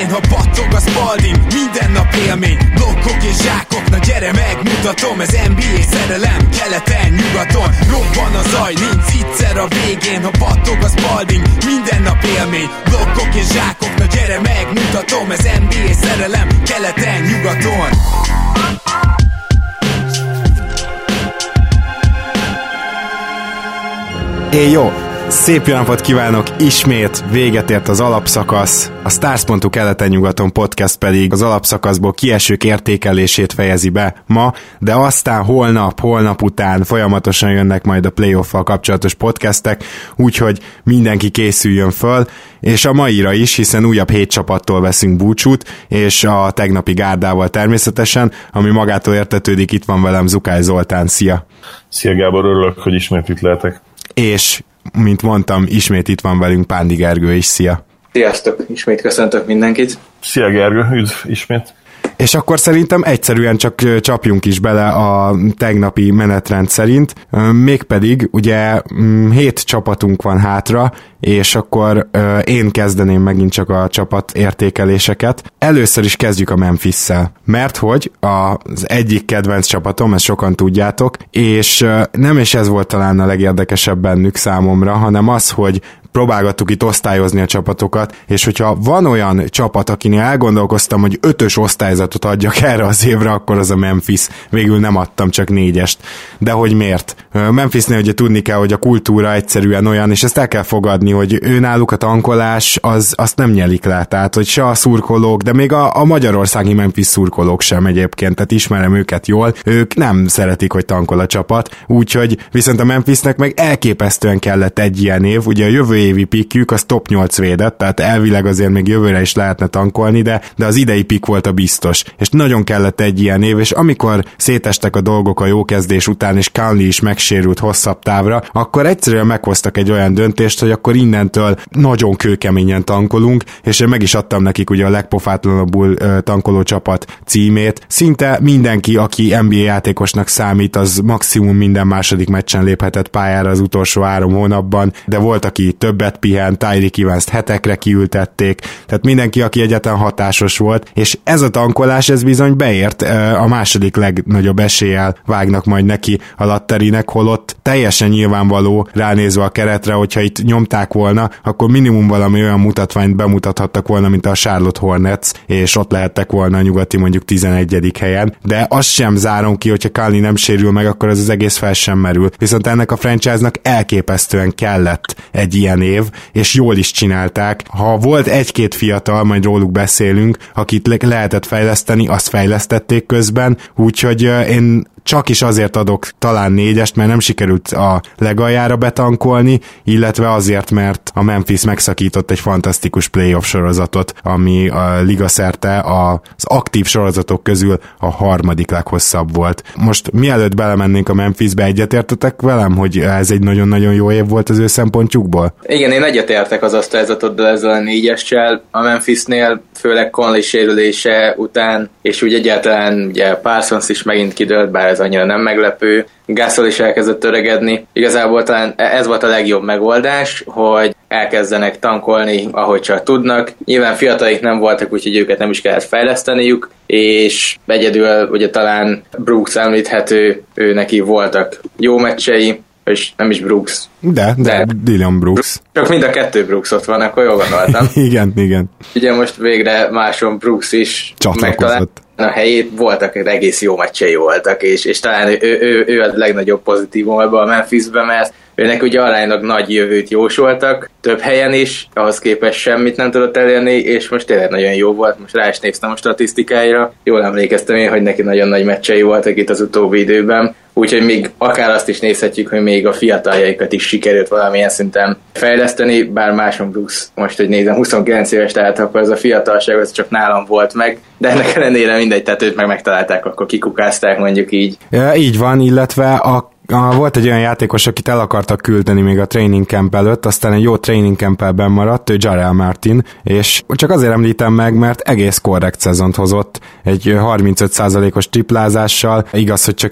végén, ha battog a Spalding, minden nap élmény, blokkok és zsákok, na gyere megmutatom, ez NBA szerelem, keleten, nyugaton, robban a zaj, nincs egyszer a végén, ha battog a Spalding, minden nap élmény, blokkok és zsákok, na gyere megmutatom, ez NBA szerelem, keleten, nyugaton. Jó, szép jó napot kívánok, ismét véget ért az alapszakasz, a Stars.hu keleten-nyugaton podcast pedig az alapszakaszból kiesők értékelését fejezi be ma, de aztán holnap után folyamatosan jönnek majd a playoff-val kapcsolatos podcastek, úgyhogy mindenki készüljön föl, és a maira is, hiszen újabb 7 csapattól veszünk búcsút, és a tegnapi gárdával természetesen, ami magától értetődik, itt van velem Zukály Zoltán, szia! Szia Gábor, örülök, hogy ismét itt lehetek. És, mint mondtam, ismét itt van velünk Pándi Gergő is, szia! Sziasztok, ismét köszöntök mindenkit! Szia Gergő, üdv ismét! És akkor szerintem egyszerűen csak csapjunk is bele a tegnapi menetrend szerint, mégpedig ugye 7 csapatunk van hátra, és akkor én kezdeném megint csak a csapat értékeléseket. Először is kezdjük a Memphisszel, mert hogy az egyik kedvenc csapatom, ezt sokan tudjátok, és nem is ez volt talán a legérdekesebb bennük számomra, hanem az, hogy próbálgattuk itt osztályozni a csapatokat, és hogyha van olyan csapat, akinél elgondolkoztam, hogy 5-ös osztályzatot adjak erre az évre, akkor az a Memphis. Végül nem adtam, csak 4-est. De hogy miért? Memphisnél ugye tudni kell, hogy a kultúra egyszerűen olyan, és ezt el kell fogadni, hogy őnáluk a tankolás, azt nem nyelik le. Tehát, hogy se a szurkolók, de még a magyarországi Memphis szurkolók sem egyébként, tehát ismerem őket jól, ők nem szeretik, hogy tankol a csapat, úgyhogy viszont a Memphisnek meg elképesztően kellett egy ilyen év, ugye a jövő évi pickjük az top 8 védett, tehát elvileg azért még jövőre is lehetne tankolni, de az idei pick volt a biztos. És nagyon kellett egy ilyen év, és amikor szétestek a dolgok a jó kezdés után, és Conley is megsérült hosszabb távra, akkor egyszerűen meghoztak egy olyan döntést, hogy akkor innentől nagyon kőkeményen tankolunk, és én meg is adtam nekik ugye a legpofátlanabbul tankoló csapat címét. Szinte mindenki, aki NBA játékosnak számít, az maximum minden második meccsen léphetett pályára az utolsó 3 hónapban, de volt, aki többet pihent, Tyreek Evans-t hetekre kiültették, tehát mindenki, aki egyáltalán hatásos volt, és ez a tankolás, ez bizony beért, a második legnagyobb eséllyel vágnak majd neki a Latterinek, holott teljesen nyilvánvaló ránézve a keretre, hogyha itt nyomták volna, akkor minimum valami olyan mutatványt bemutathattak volna, mint a Charlotte Hornets, és ott lehettek volna a nyugati mondjuk 11. helyen, de azt sem zárom ki, hogyha Conley nem sérül meg, akkor az egész fel sem merül. Viszont ennek a franchise-nak elképesztően kellett egy ilyen év, és jól is csinálták. Ha volt egy-két fiatal, majd róluk beszélünk, akit lehetett fejleszteni, azt fejlesztették közben, úgyhogy én csak is azért adok talán 4-est, mert nem sikerült a legaljára betankolni, illetve azért, mert a Memphis megszakított egy fantasztikus playoff sorozatot, ami a liga szerte az aktív sorozatok közül a 3. leghosszabb volt. Most mielőtt belemennénk a Memphisbe, egyetértetek velem, hogy ez egy nagyon-nagyon jó év volt az ő szempontjukból? Igen, én egyetértek az osztályzatoddal ezzel a 4-essel. A Memphisnél főleg Conley sérülése után, és úgy egyáltalán ugye Parsons is megint kidőlt, bár ez annyira nem meglepő. Gasol is elkezdett öregedni. Igazából talán ez volt a legjobb megoldás, hogy elkezdenek tankolni, ahogy csak tudnak. Nyilván fiatalaik nem voltak, úgyhogy őket nem is kellett fejleszteniük, és egyedül ugye talán Brooks említhető, ő neki voltak jó meccsei, és nem is Brooks. De Dillon Brooks. Csak mind a 2 Brooks ott van, akkor jól gondoltam. igen. Ugye most végre máson Brooks is csatlakozott a helyét, voltak, egész jó meccsei voltak, és talán ő a legnagyobb pozitívum ebben a Memphisben, mert őnek ugye aránylag nagy jövőt jósoltak, több helyen is, ahhoz képest semmit nem tudott elérni, és most tényleg nagyon jó volt, most rá is néztem a statisztikáira, jól emlékeztem én, hogy neki nagyon nagy meccsei voltak itt az utóbbi időben, úgyhogy még akár azt is nézhetjük, hogy még a fiataljaikat is sikerült valamilyen szinten fejleszteni, bár Mason Brooks, most hogy nézem, 29 éves, tehát akkor ez a fiatalság az csak nálam volt meg, de ennek ellenére mindegy, tehát őt megtalálták, akkor kikukázták, mondjuk így. Ja, így van, illetve a volt egy olyan játékos, akit el akartak küldeni még a training camp előtt, aztán egy jó training camp-ben maradt, ő Jarrell Martin, és csak azért említem meg, mert egész korrekt szezont hozott, egy 35%-os triplázással, igaz, hogy csak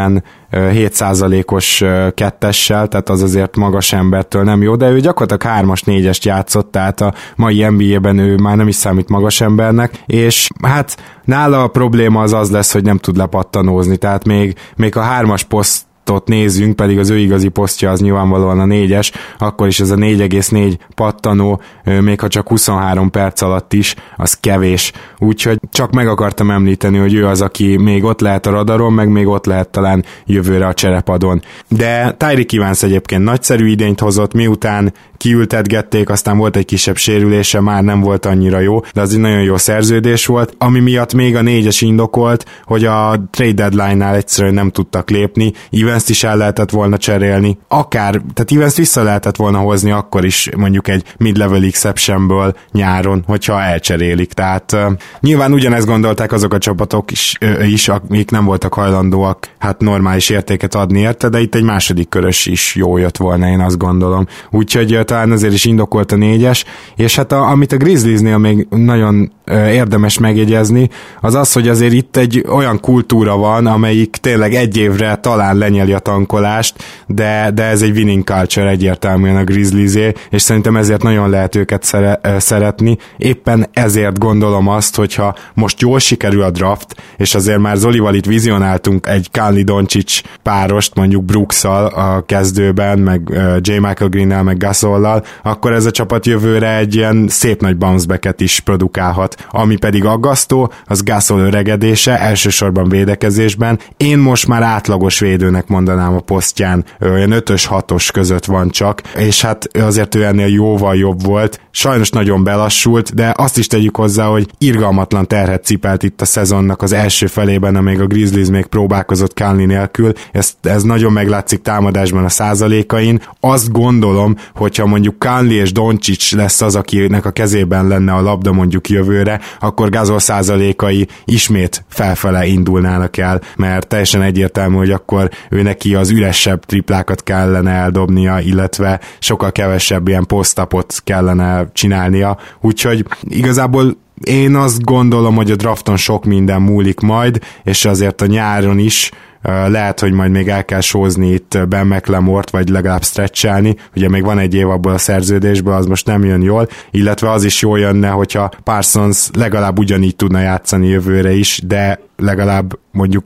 47%-os kettessel, tehát az azért magas embertől nem jó, de ő gyakorlatilag 3-as, 4-est játszott, tehát a mai NBA-ben ő már nem is számít magas embernek, és hát nála a probléma az lesz, hogy nem tud lepattanózni, tehát még a 3-as posztot nézzünk, pedig az ő igazi posztja az nyilvánvalóan a 4-es, akkor is ez a 4,4 pattanó, még ha csak 23 perc alatt is, az kevés. Úgyhogy csak meg akartam említeni, hogy ő az, aki még ott lehet a radaron, meg még ott lehet talán jövőre a cserepadon. De Tyreek Evans egyébként nagyszerű idényt hozott, miután kiültetgették, aztán volt egy kisebb sérülése, már nem volt annyira jó, de az egy nagyon jó szerződés volt, ami miatt még a 4-es indokolt, hogy a trade deadline-nál egyszerűen nem tudtak lépni, Evans-t is el lehetett volna cserélni, tehát Evans-t vissza lehetett volna hozni akkor is mondjuk egy mid-level exceptionből nyáron, hogyha elcserélik, tehát nyilván ugyanezt gondolták azok a csapatok is, akik nem voltak hajlandóak hát normális értéket adni érte, de itt egy második körös is jó jött volna, én azt gondolom. Úgyhogy talán azért is indokolt a 4-es, és hát amit a Grizzliesnél még nagyon érdemes megjegyezni, az az, hogy azért itt egy olyan kultúra van, amelyik tényleg egy évre talán lenyeli a tankolást, de ez egy winning culture egyértelműen a Grizzliesé, és szerintem ezért nagyon lehet őket szeretni. Éppen ezért gondolom azt, hogyha most jól sikerül a draft, és azért már Zolival itt vizionáltunk egy Conley-Doncic párost, mondjuk Brooksszal a kezdőben, meg J. Michael Greennel, meg Gasollal, akkor ez a csapat jövőre egy ilyen szép nagy bounce-backet is produkálhat. Ami pedig aggasztó, az Gasol öregedése, elsősorban védekezésben. Én most már átlagos védőnek mondanám a posztján, olyan 5-ös, 6-os között van csak, és hát azért ő ennél jóval jobb volt. Sajnos nagyon belassult, de azt is tegyük hozzá, hogy irgalmatlan terhet cipelt itt a szezonnak az első felében, amíg a Grizzlies még próbálkozott Conley nélkül. Ez nagyon meglátszik támadásban a százalékain. Azt gondolom, hogyha mondjuk Conley és Doncic lesz az, akinek a kezében lenne a labda mondjuk jövőre, akkor Gasol százalékai ismét felfele indulnának el, mert teljesen egyértelmű, hogy akkor ő neki az üresebb triplákat kellene eldobnia, illetve sokkal kevesebb ilyen post-upot kellene csinálnia. Úgyhogy igazából én azt gondolom, hogy a drafton sok minden múlik majd, és azért a nyáron is lehet, hogy majd még el kell sózni itt Ben McLemore-t, vagy legalább stretchelni, ugye még van egy év abból a szerződésből, az most nem jön jól, illetve az is jól jönne, hogyha Parsons legalább ugyanígy tudna játszani jövőre is, de legalább mondjuk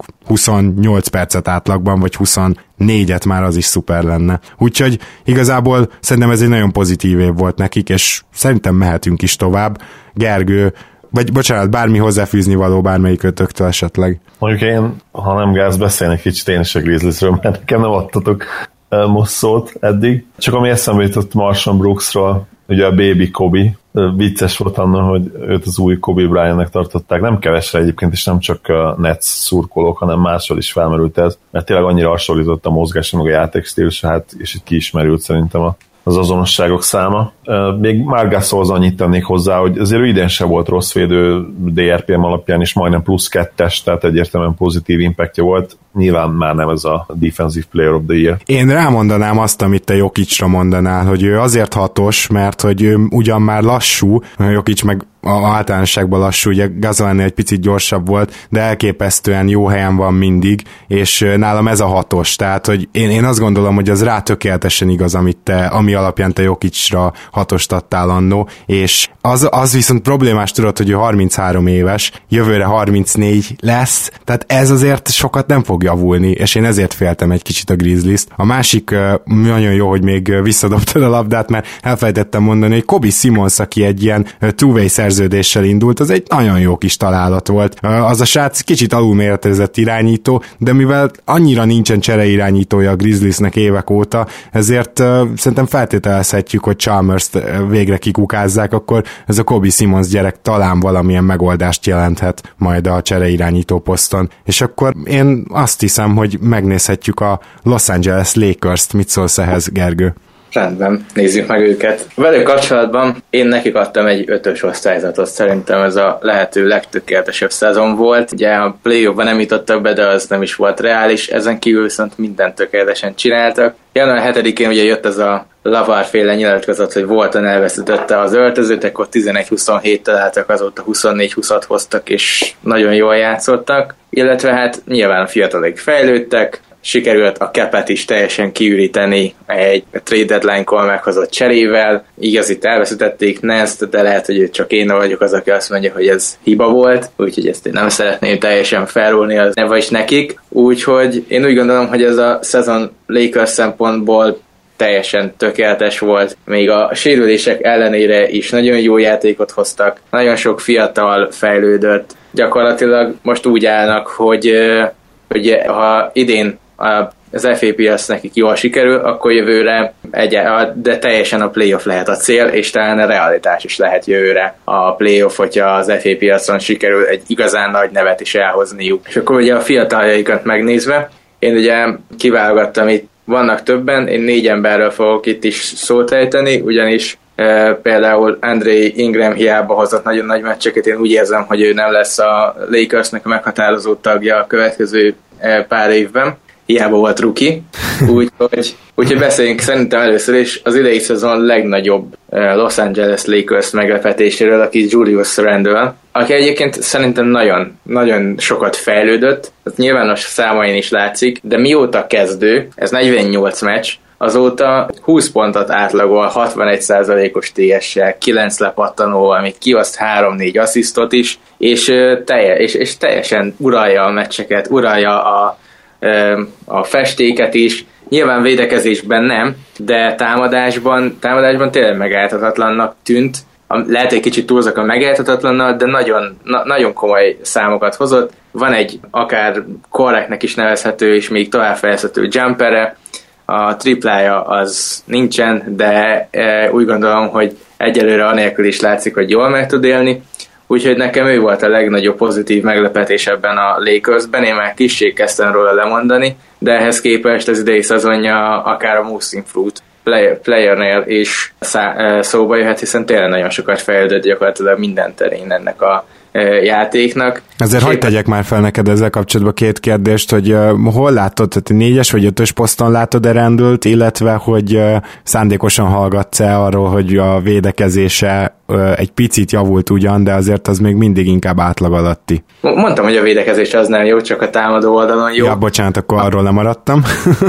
28 percet átlagban, vagy 24-et már az is szuper lenne. Úgyhogy igazából szerintem ez egy nagyon pozitív év volt nekik, és szerintem mehetünk is tovább. Gergő, vagy bocsánat, bármi hozzáfűzni való bármelyikötöktől esetleg. Mondjuk én, ha nem gáz, beszélni kicsit én is a Grizzliesről, mert nekem nem adtatok most szót eddig. Csak ami eszembe jutott Marshall Brooksról, ugye a Baby Kobe, vicces volt annak, hogy őt az új Kobe Bryantnek tartották. Nem kevesre egyébként, és nem csak a Nets szurkolók, hanem máshol is felmerült ez, mert tényleg annyira hasonlított a mozgása, meg a játékstílusa, hát, és itt ki ismerült szerintem az azonosságok száma. Még már Gasolhoz annyit tennék hozzá, hogy azért ő idén sem volt rossz védő, DRPM alapján is majdnem plusz 2-es, tehát egyértelműen pozitív impactja volt. Nyilván már nem ez a Defensive Player of the Year. Én rámondanám azt, amit te Jokicra mondanál, hogy ő azért hatos, mert hogy ő ugyan már lassú, Jokic meg általánosságban lassú, ugye Gasolnél egy picit gyorsabb volt, de elképesztően jó helyen van mindig, és nálam ez a hatos, tehát hogy én azt gondolom, hogy az rá tökéletesen igaz, ami alapján te Jokicra hatost adtál annó, és az viszont problémás, tudod, hogy ő 33 éves, jövőre 34 lesz, tehát ez azért sokat nem fog javulni, és én ezért féltem egy kicsit a Grizzlies-t. A másik nagyon jó, hogy még visszadobtad a labdát, mert elfelejtettem mondani, hogy Kobe Simons, aki egy ilyen two-way szerződéssel indult, az egy nagyon jó kis találat volt. Az a srác kicsit alulméretezett irányító, de mivel annyira nincsen csereirányítója a Grizzliesnek évek óta, ezért szerintem feltételezhetjük, hogy Chalmers-t végre kikukázzák, akkor ez a Kobe Simons gyerek talán valamilyen megoldást jelenthet majd a csereirányító poszton. És akkor én azt hiszem, hogy megnézhetjük a Los Angeles Lakers-t. Mit szólsz ehhez, Gergő? Rendben, nézzük meg őket. Velük kapcsolatban én nekik adtam egy 5-ös osztályzatot, szerintem ez a lehető legtökéletesebb szezon volt. Ugye a play-offban nem jutottak be, de az nem is volt reális, ezen kívül viszont mindent tökéletesen csináltak. Január 7-én ugye jött ez a Lavar-féle nyilatkozat, hogy Walton elveszítette az öltözőt, akkor 11-27 találtak, azóta 24-20-at hoztak, és nagyon jól játszottak. Illetve hát nyilván a fiatalok fejlődtek, sikerült a capet is teljesen kiüríteni egy trade deadline-kor meghozott cserével. Igazit elveszítették Nance-t, de lehet, hogy csak én vagyok az, aki azt mondja, hogy ez hiba volt, úgyhogy ezt én nem szeretném teljesen felrólni, az neve is nekik. Úgyhogy én úgy gondolom, hogy ez a szezon Lakers szempontból teljesen tökéletes volt. Még a sérülések ellenére is nagyon jó játékot hoztak, nagyon sok fiatal fejlődött. Gyakorlatilag most úgy állnak, hogy ha idén az FA piac nekik jól sikerül, akkor jövőre de teljesen a playoff lehet a cél, és talán a realitás is lehet jövőre a playoff, hogyha az FA piacon sikerül egy igazán nagy nevet is elhozniuk. És akkor ugye a fiataljaikat megnézve, én ugye kiválogattam itt, vannak többen, én 4 emberről fogok itt is szót ejteni, ugyanis például André Ingram hiába hozott nagyon nagy meccseket, én úgy érzem, hogy ő nem lesz a Lakersnek a meghatározó tagja a következő pár évben. Hiába volt rookie. Úgyhogy beszéljünk szerintem először is az idei szezon legnagyobb Los Angeles Lakers meglepetéséről, aki Julius Randle, aki egyébként szerintem nagyon, nagyon sokat fejlődött, ez nyilvános számain is látszik, de mióta kezdő, ez 48 meccs, azóta 20 pontot átlagol, 61%-os TS-sel, 9 lepattanóval, még kioszt 3-4 asszisztot is, és teljesen uralja a meccseket, uralja a festéket is, nyilván védekezésben nem, de támadásban tényleg megállhatatlannak tűnt. Lehet egy kicsit túlzak a megállhatatlannal, de nagyon, nagyon komoly számokat hozott. Van egy akár korrektnek is nevezhető és még továbbfejezhető jumpere, a triplája az nincsen, de úgy gondolom, hogy egyelőre anélkül is látszik, hogy jól meg tud élni. Úgyhogy nekem ő volt a legnagyobb pozitív meglepetés ebben a Lakersben, én már kissé kezdtem róla lemondani, de ehhez képest az idei szezonja akár a most improved playernél is szóba jöhet, hiszen tényleg nagyon sokat fejlődött gyakorlatilag minden terén ennek a játéknak. Ezért hagyd tegyek már fel neked ezzel kapcsolatban 2 kérdést, hogy hol látod, tehát 4-es vagy 5-ös poszton látod-e Randle-t, illetve hogy szándékosan hallgatsz-e arról, hogy a védekezése egy picit javult ugyan, de azért az még mindig inkább átlag alatti. Mondtam, hogy a védekezés az nem jó, csak a támadó oldalon jó. Ja, bocsánat, akkor arról lemaradtam.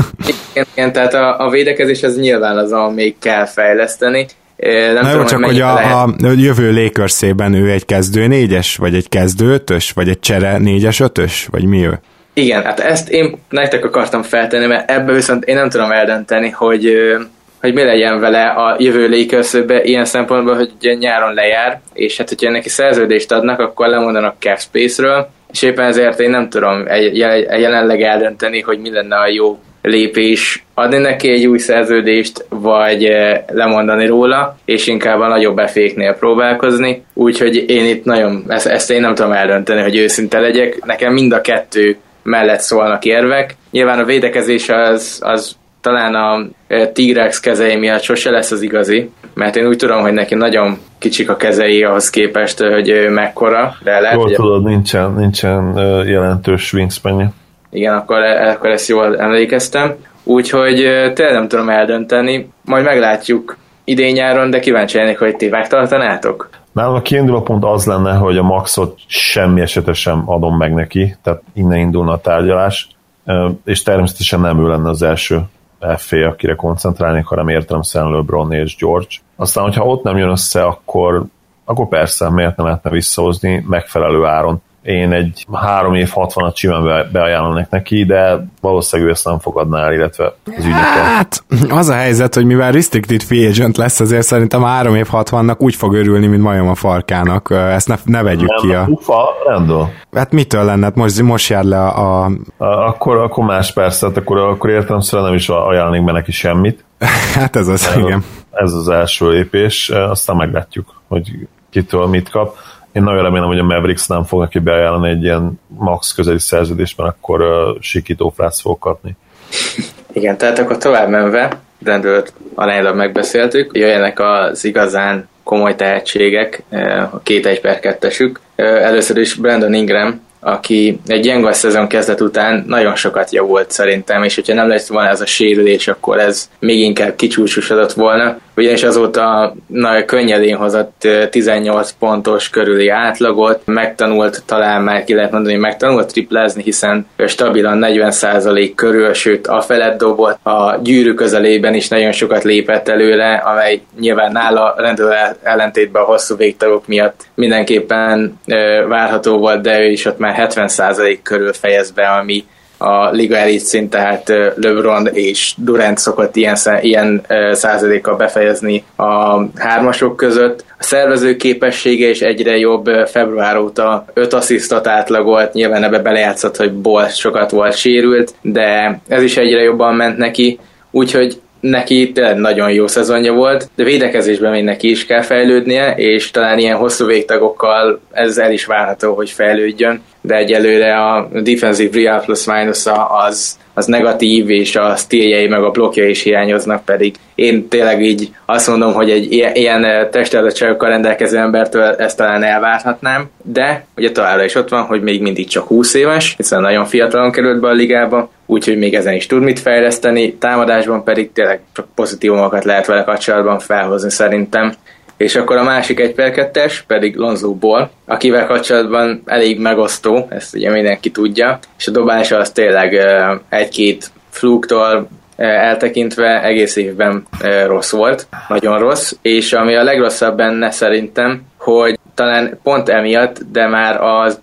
Igen, tehát a védekezés az nyilván azon még kell fejleszteni. Nem na tudom, jó, csak hogy a jövő Lakers-ében ő egy kezdő 4-es, vagy egy kezdő 5-ös, vagy egy csere 4-es 5-ös, vagy mi ő? Igen, hát ezt én nektek akartam feltenni, mert ebben viszont én nem tudom eldönteni, hogy mi legyen vele a jövő Lakers-be ilyen szempontból, hogy ugye nyáron lejár, és hát hogyha neki szerződést adnak, akkor lemondanak cap space-ről, és éppen ezért én nem tudom jelenleg eldönteni, hogy mi lenne a jó lépés, adni neki egy új szerződést, vagy lemondani róla, és inkább a nagyobb efféknél próbálkozni. Úgyhogy én itt ezt én nem tudom eldönteni, hogy őszinte legyek. Nekem mind a kettő mellett szólnak érvek. Nyilván a védekezés az talán a Tigrex kezei miatt sose lesz az igazi, mert én úgy tudom, hogy neki nagyon kicsik a kezei ahhoz képest, hogy mekkora, de lehet, jól tudod, nincsen jelentős wingspanje. Igen, akkor ezt jól emlékeztem. Úgyhogy tényleg nem tudom eldönteni. Majd meglátjuk idén-nyáron, de kíváncsi lennék, hogy ti megtartanátok? Nálam a kiinduló pont az lenne, hogy a maxot semmi esetre sem adom meg neki, tehát innen indulna a tárgyalás, és természetesen nem ő lenne az első FA, akire koncentrálnék, hanem értelemszerűen LeBron és George. Aztán, hogyha ott nem jön össze, akkor persze, miért nem lehetne visszahozni megfelelő áron. Én egy 3 év 60-at simán beajánlanék neki, de valószínűleg ő ezt nem fogadná el, illetve az ügyeket. Hát, az a helyzet, hogy mivel restricted free agent lesz, azért szerintem 3 év 60-nak úgy fog örülni, mint majom a farkának. Ezt ne vegyük nem, ki a... Ufa, rendben. Hát mitől lenne? Hát most jár le a... Akkor más persze, hát akkor értelemszerűen nem is ajánlanék be neki semmit. Hát ez az, igen. Ez az első lépés, aztán meglátjuk, hogy kitől mit kap. Én nagyon remélem, hogy a Mavericks nem fog neki beajánlani egy ilyen max közeli szerződést, mert akkor sikító frác fog kapni. Igen, tehát akkor tovább menve, Brandont aránylag megbeszéltük, jöjjenek az igazán komoly tehetségek, a 2-1/2-esük. Először is Brandon Ingram, aki egy gyenge szezon kezdet után nagyon sokat javult szerintem, és hogyha nem lett volna ez a sérülés, akkor ez még inkább kicsúcsosodott volna, ugyanis azóta könnyedén hozott 18 pontos körüli átlagot, megtanult, talán már ki lehet mondani, megtanult triplázni, hiszen stabilan 40% körül, sőt a felett dobott, a gyűrű közelében is nagyon sokat lépett előre, amely nyilván nála rendőr ellentétben a hosszú végtagok miatt mindenképpen várható volt, de ő is ott már 70% körül fejez be, ami a liga elit szint, tehát LeBron és Durant szokott ilyen százalékkal befejezni a hármasok között. A szervező képessége is egyre jobb, február óta 5 asszisztot átlagolt, nyilván ebbe belejátszott, hogy Ball sokat volt sérült, de ez is egyre jobban ment neki, úgyhogy neki tényleg nagyon jó szezonja volt, de védekezésben még neki is kell fejlődnie, és talán ilyen hosszú végtagokkal ez el is várható, hogy fejlődjön, de egyelőre a defensive real plus-minusa az negatív, és a stealjei meg a blokkja is hiányoznak, pedig én tényleg így azt mondom, hogy egy ilyen testadottságokkal rendelkező embertől ezt talán elvárhatnám, de ugye továbbra is ott van, hogy még mindig csak 20 éves, hiszen nagyon fiatalon került be a ligába, úgyhogy még ezen is tud mit fejleszteni, támadásban pedig tényleg csak pozitívumokat lehet vele kapcsolatban felhozni szerintem. És akkor a másik 1/2-es pedig Lonzo Ball, akivel kapcsolatban elég megosztó, ezt ugye mindenki tudja, és a dobása az tényleg egy-két fluktól eltekintve egész évben rossz volt, nagyon rossz, és ami a legrosszabb benne szerintem, hogy talán pont emiatt, de már az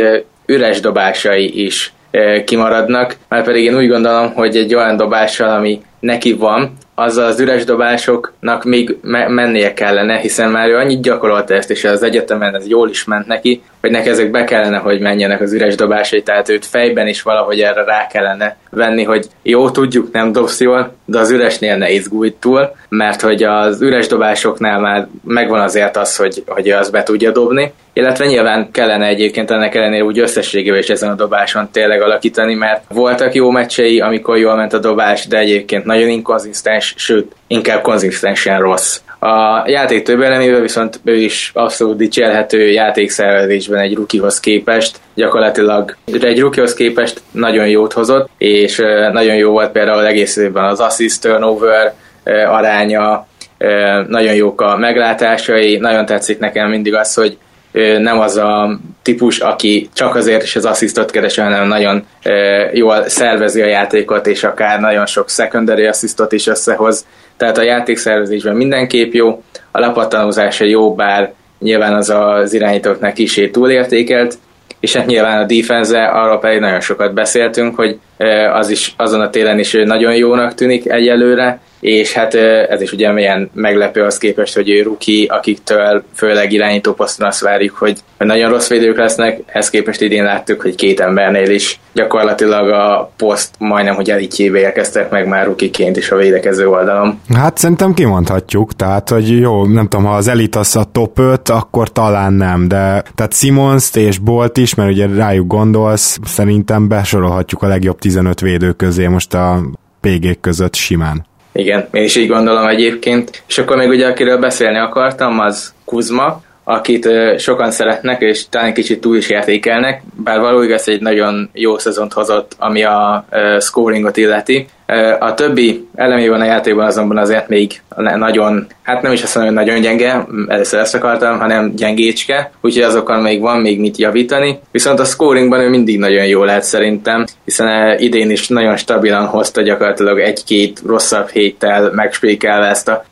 üres dobásai is kimaradnak, már pedig én úgy gondolom, hogy egy olyan dobással, ami neki van, azzal az üres dobásoknak még mennie kellene, hiszen már ő annyit gyakorolta ezt, és az egyetemen ez jól is ment neki, hogy neki ezek be kellene, hogy menjenek az üres dobásai, tehát őt fejben is valahogy erre rá kellene venni, hogy jó, tudjuk, nem dobsz jól, de az üresnél ne izgulj túl, mert hogy az üres dobásoknál már megvan azért az, hogy az be tudja dobni, illetve nyilván kellene egyébként ennek ellenére úgy összességében is ezen a dobáson tényleg alakítani, mert voltak jó meccsei, amikor jól ment a dobás, de egyébként nagyon inkonzisztens, sőt, inkább konzisztensen rossz. A játék több elemével viszont ő is abszolút dicsérhető játékszervezésben egy rukihoz képest, gyakorlatilag egy rukihoz képest nagyon jót hozott, és nagyon jó volt például egész évben az assist turnover aránya, nagyon jók a meglátásai, nagyon tetszik nekem mindig az, hogy nem az a típus, aki csak azért is az asszisztot keresi, hanem nagyon jól szervezi a játékot, és akár nagyon sok secondary asszisztot is összehoz. Tehát a játékszervezésben mindenképp jó, a lepattanózása jó, bár nyilván az irányítóknak kissé túlértékelt, és hát nyilván a defense, arról pedig nagyon sokat beszéltünk, hogy az is azon a téren is nagyon jónak tűnik egyelőre, és hát ez is ugye milyen meglepő az képest, hogy ő rookie, akiktől főleg irányító poszton azt várjuk, hogy nagyon rossz védők lesznek, ezt képest idén láttuk, hogy 2 embernél is gyakorlatilag a poszt majdnem, hogy elitjébe érkeztek meg már rookie-ként is a védekező oldalon. Hát szerintem kimondhatjuk, tehát, hogy jó, nem tudom, ha az elit az a top 5, akkor talán nem, de tehát Simmons-t és Bolt is, mert ugye rájuk gondolsz, szerintem besorolhatjuk a legjobb 15 védő közé most a PG között simán. Igen, én is így gondolom egyébként. És akkor még ugye akiről beszélni akartam, az Kuzma, akit sokan szeretnek, és talán kicsit túl is értékelnek, bár valójában egy nagyon jó szezont hozott, ami a scoringot illeti. A többi elemében a játékban azonban azért még nagyon, hát nem is azt mondom, hogy nagyon gyenge, először ezt akartam, hanem gyengécske, úgyhogy azokon még van még mit javítani. Viszont a scoringban ő mindig nagyon jó lehet szerintem, hiszen idén is nagyon stabilan hozta gyakorlatilag 1-2 rosszabb héttel megspékelve ezt a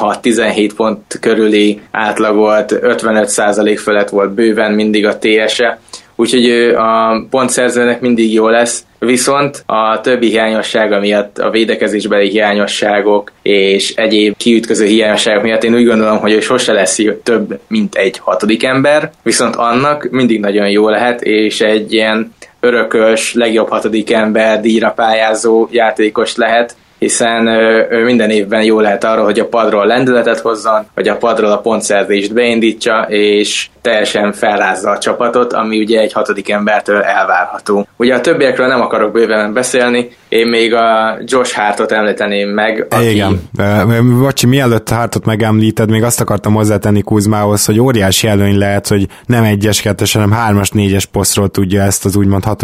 16-17 pont körüli átlagot, 55% fölött volt bőven mindig a TS-e, úgyhogy ő a pontszerzőnek mindig jó lesz, viszont a többi hiányossága miatt, a védekezésbeli hiányosságok és egyéb kiütköző hiányosságok miatt én úgy gondolom, hogy ő sose lesz több, mint egy 6. ember, viszont annak mindig nagyon jó lehet, és egy ilyen örökös, legjobb 6. ember, díjra pályázó játékos lehet, hiszen ő minden évben jó lehet arra, hogy a padról lendületet hozzon, hogy a padról a pontszerzést beindítsa, és teljesen felrázza a csapatot, ami ugye egy 6. embertől elvárható. Ugye a többiekről nem akarok bőven beszélni, én még a Josh Hartot említeném meg. Igen. Bocsi, mielőtt Hartot megemlíted, még azt akartam hozzátenni Kuzmához, hogy óriási előny lehet, hogy nem 1-es, 2-es, hanem 3-as, 4-es posztról tudja ezt az úgymond 6.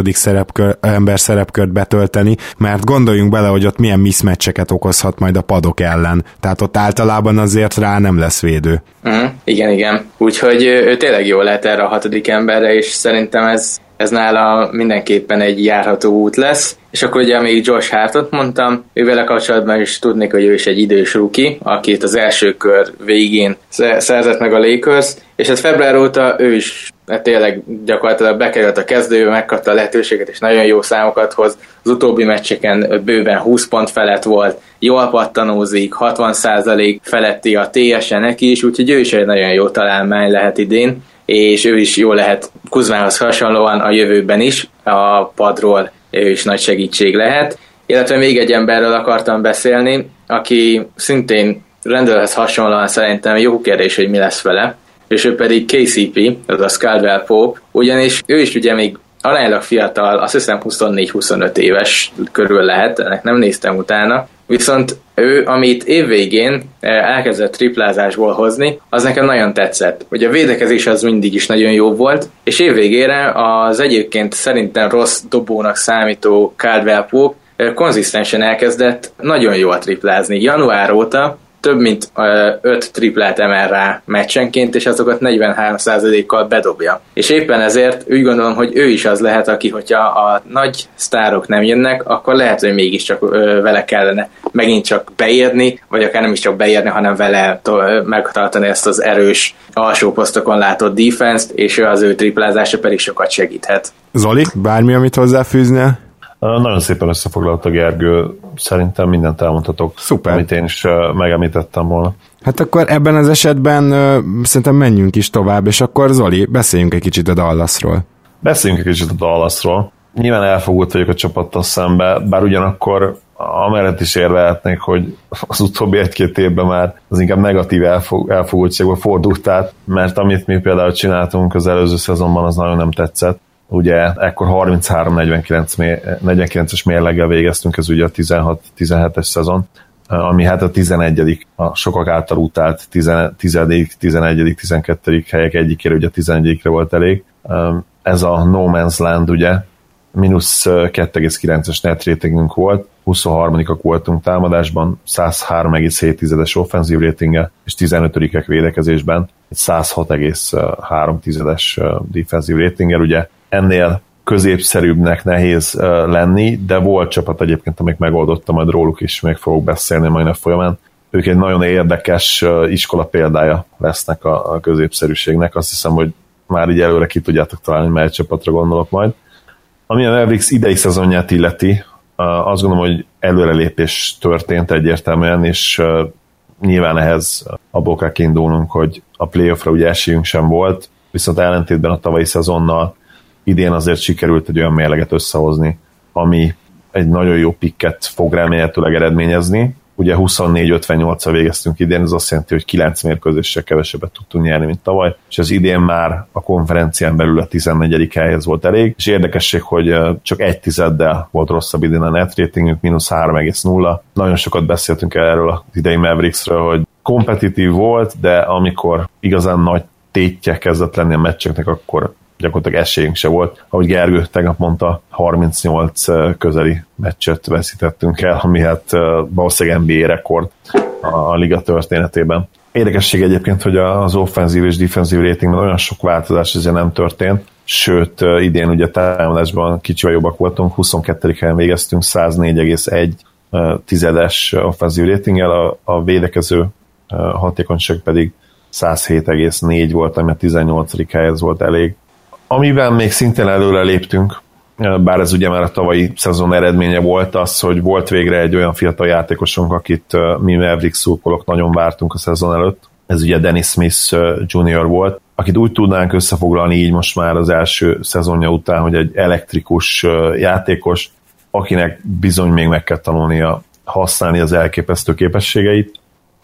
ember szerepkört betölteni, mert gondoljunk bele, hogy ott milyen mismatcheket okozhat majd a padok ellen. Tehát ott általában azért rá nem lesz védő. Igen. Úgyhogy ő tényleg jó lehet erre a 6. emberre, és szerintem ez nála mindenképpen egy járható út lesz. És akkor ugye még Josh Hartot mondtam, ővele kapcsolatban is tudnék, hogy ő is egy idős rookie, akit az első kör végén szerzett meg a Lakers, és ez február óta ő is tényleg gyakorlatilag bekerült a kezdőbe, megkapta a lehetőséget, és nagyon jó számokat hoz. Az utóbbi meccseken bőven 20 pont felett volt, jól pattanózik, 60% feletti a TS-e neki is, úgyhogy ő is egy nagyon jó találmány lehet idén, és ő is jó lehet Kuzmához hasonlóan a jövőben is, a padról ő is nagy segítség lehet. Illetve még egy emberről akartam beszélni, aki szintén Randallhez hasonlóan szerintem jó kérdés, hogy mi lesz vele, és ő pedig KCP, azaz Caldwell Pope, ugyanis ő is ugye még aránylag fiatal, azt hiszem 24-25 éves körül lehet, ennek nem néztem utána, viszont ő, amit évvégén elkezdett triplázásból hozni, az nekem nagyon tetszett. Ugye a védekezés az mindig is nagyon jó volt, és évvégére az egyébként szerintem rossz dobónak számító Caldwell Pope konzisztensen elkezdett nagyon jól triplázni. Január óta több mint 5 triplát emel rá meccsenként, és azokat 43%-kal bedobja. És éppen ezért úgy gondolom, hogy ő is az lehet, aki, hogyha a nagy sztárok nem jönnek, akkor lehet, hogy mégiscsak vele kellene megint csak beérni, vagy akár nem is csak beérni, hanem vele megtartani ezt az erős alsó posztokon látott defense-t, és az ő triplázása pedig sokat segíthet. Zoli, bármi, amit hozzáfűznél? Nagyon szépen összefoglalta Gergő, szerintem mindent elmondhatok, szuper, amit én is megemlítettem volna. Hát akkor ebben az esetben szerintem menjünk is tovább, és akkor Zoli, beszéljünk egy kicsit a Dallasról. Beszéljünk egy kicsit a Dallasról. Nyilván elfogult vagyok a csapattal szembe, bár ugyanakkor amellett is érvehetnék, hogy az utóbbi 1-2 évben már az inkább negatív elfogultságba fordult át, mert amit mi például csináltunk az előző szezonban, az nagyon nem tetszett. Ugye ekkor 33-49-es mérleggel végeztünk, ez ugye a 16-17-es szezon, ami hát a 11. a sokak által utált 10., 11., 12. helyek egyikére, ugye a 11-re volt elég. Ez a No Man's Land, ugye, mínusz 2,9-es net ratingünk volt, 23-ak voltunk támadásban, 103,7-es offenzív ratinggel, és 15-ek védekezésben, egy 106,3-es defensív ratinggel, ugye ennél középszerűbbnek nehéz lenni, de volt csapat egyébként, amik megoldotta, majd róluk is még fogok beszélni majd a folyamán. Ők egy nagyon érdekes iskola példája lesznek a középszerűségnek, azt hiszem, hogy már így előre ki tudjátok találni, mely csapatra gondolok majd. Ami a Mavericks idei szezonját illeti, azt gondolom, hogy előrelépés történt egyértelműen, és nyilván ehhez abból kell kiindulnunk, hogy a playoffra ugye esélyünk sem volt, viszont ellentétben a tavalyi szezonnal idén azért sikerült egy olyan mérleget összehozni, ami egy nagyon jó pikket fog remélhetőleg eredményezni. Ugye 24-58-al végeztünk idén, ez azt jelenti, hogy 9 mérkőzéssel kevesebbet tudtunk nyerni, mint tavaly, és az idén már a konferencián belül a 14. helyhez volt elég, és érdekesség, hogy csak 1/10 volt rosszabb idén a net ratingünk, mínusz 3,0. Nagyon sokat beszéltünk erről az idei Mavericksről, hogy kompetitív volt, de amikor igazán nagy tétje kezdett lenni a meccseknek, akkor gyakorlatilag esélyünk se volt. Ahogy Gergő tegnap mondta, 38 közeli meccset veszítettünk el, ami hát valószínűleg NBA rekord a liga történetében. Érdekesség egyébként, hogy az offenzív és defenzív ratingben olyan sok változás ezért nem történt, sőt idén ugye támadásban kicsivel jobbak voltunk, 22. helyen végeztünk, 104,1 offenzív ratinggel, a védekező hatékonyság pedig 107,4 volt, ami a 18. helyhez volt elég. Amiben még szintén előre léptünk, bár ez ugye már a tavalyi szezon eredménye volt az, hogy volt végre egy olyan fiatal játékosunk, akit mi Mavericks szurkolók nagyon vártunk a szezon előtt. Ez ugye Dennis Smith Jr. volt, akit úgy tudnánk összefoglalni így most már az első szezonja után, hogy egy elektrikus játékos, akinek bizony még meg kell tanulnia használni az elképesztő képességeit,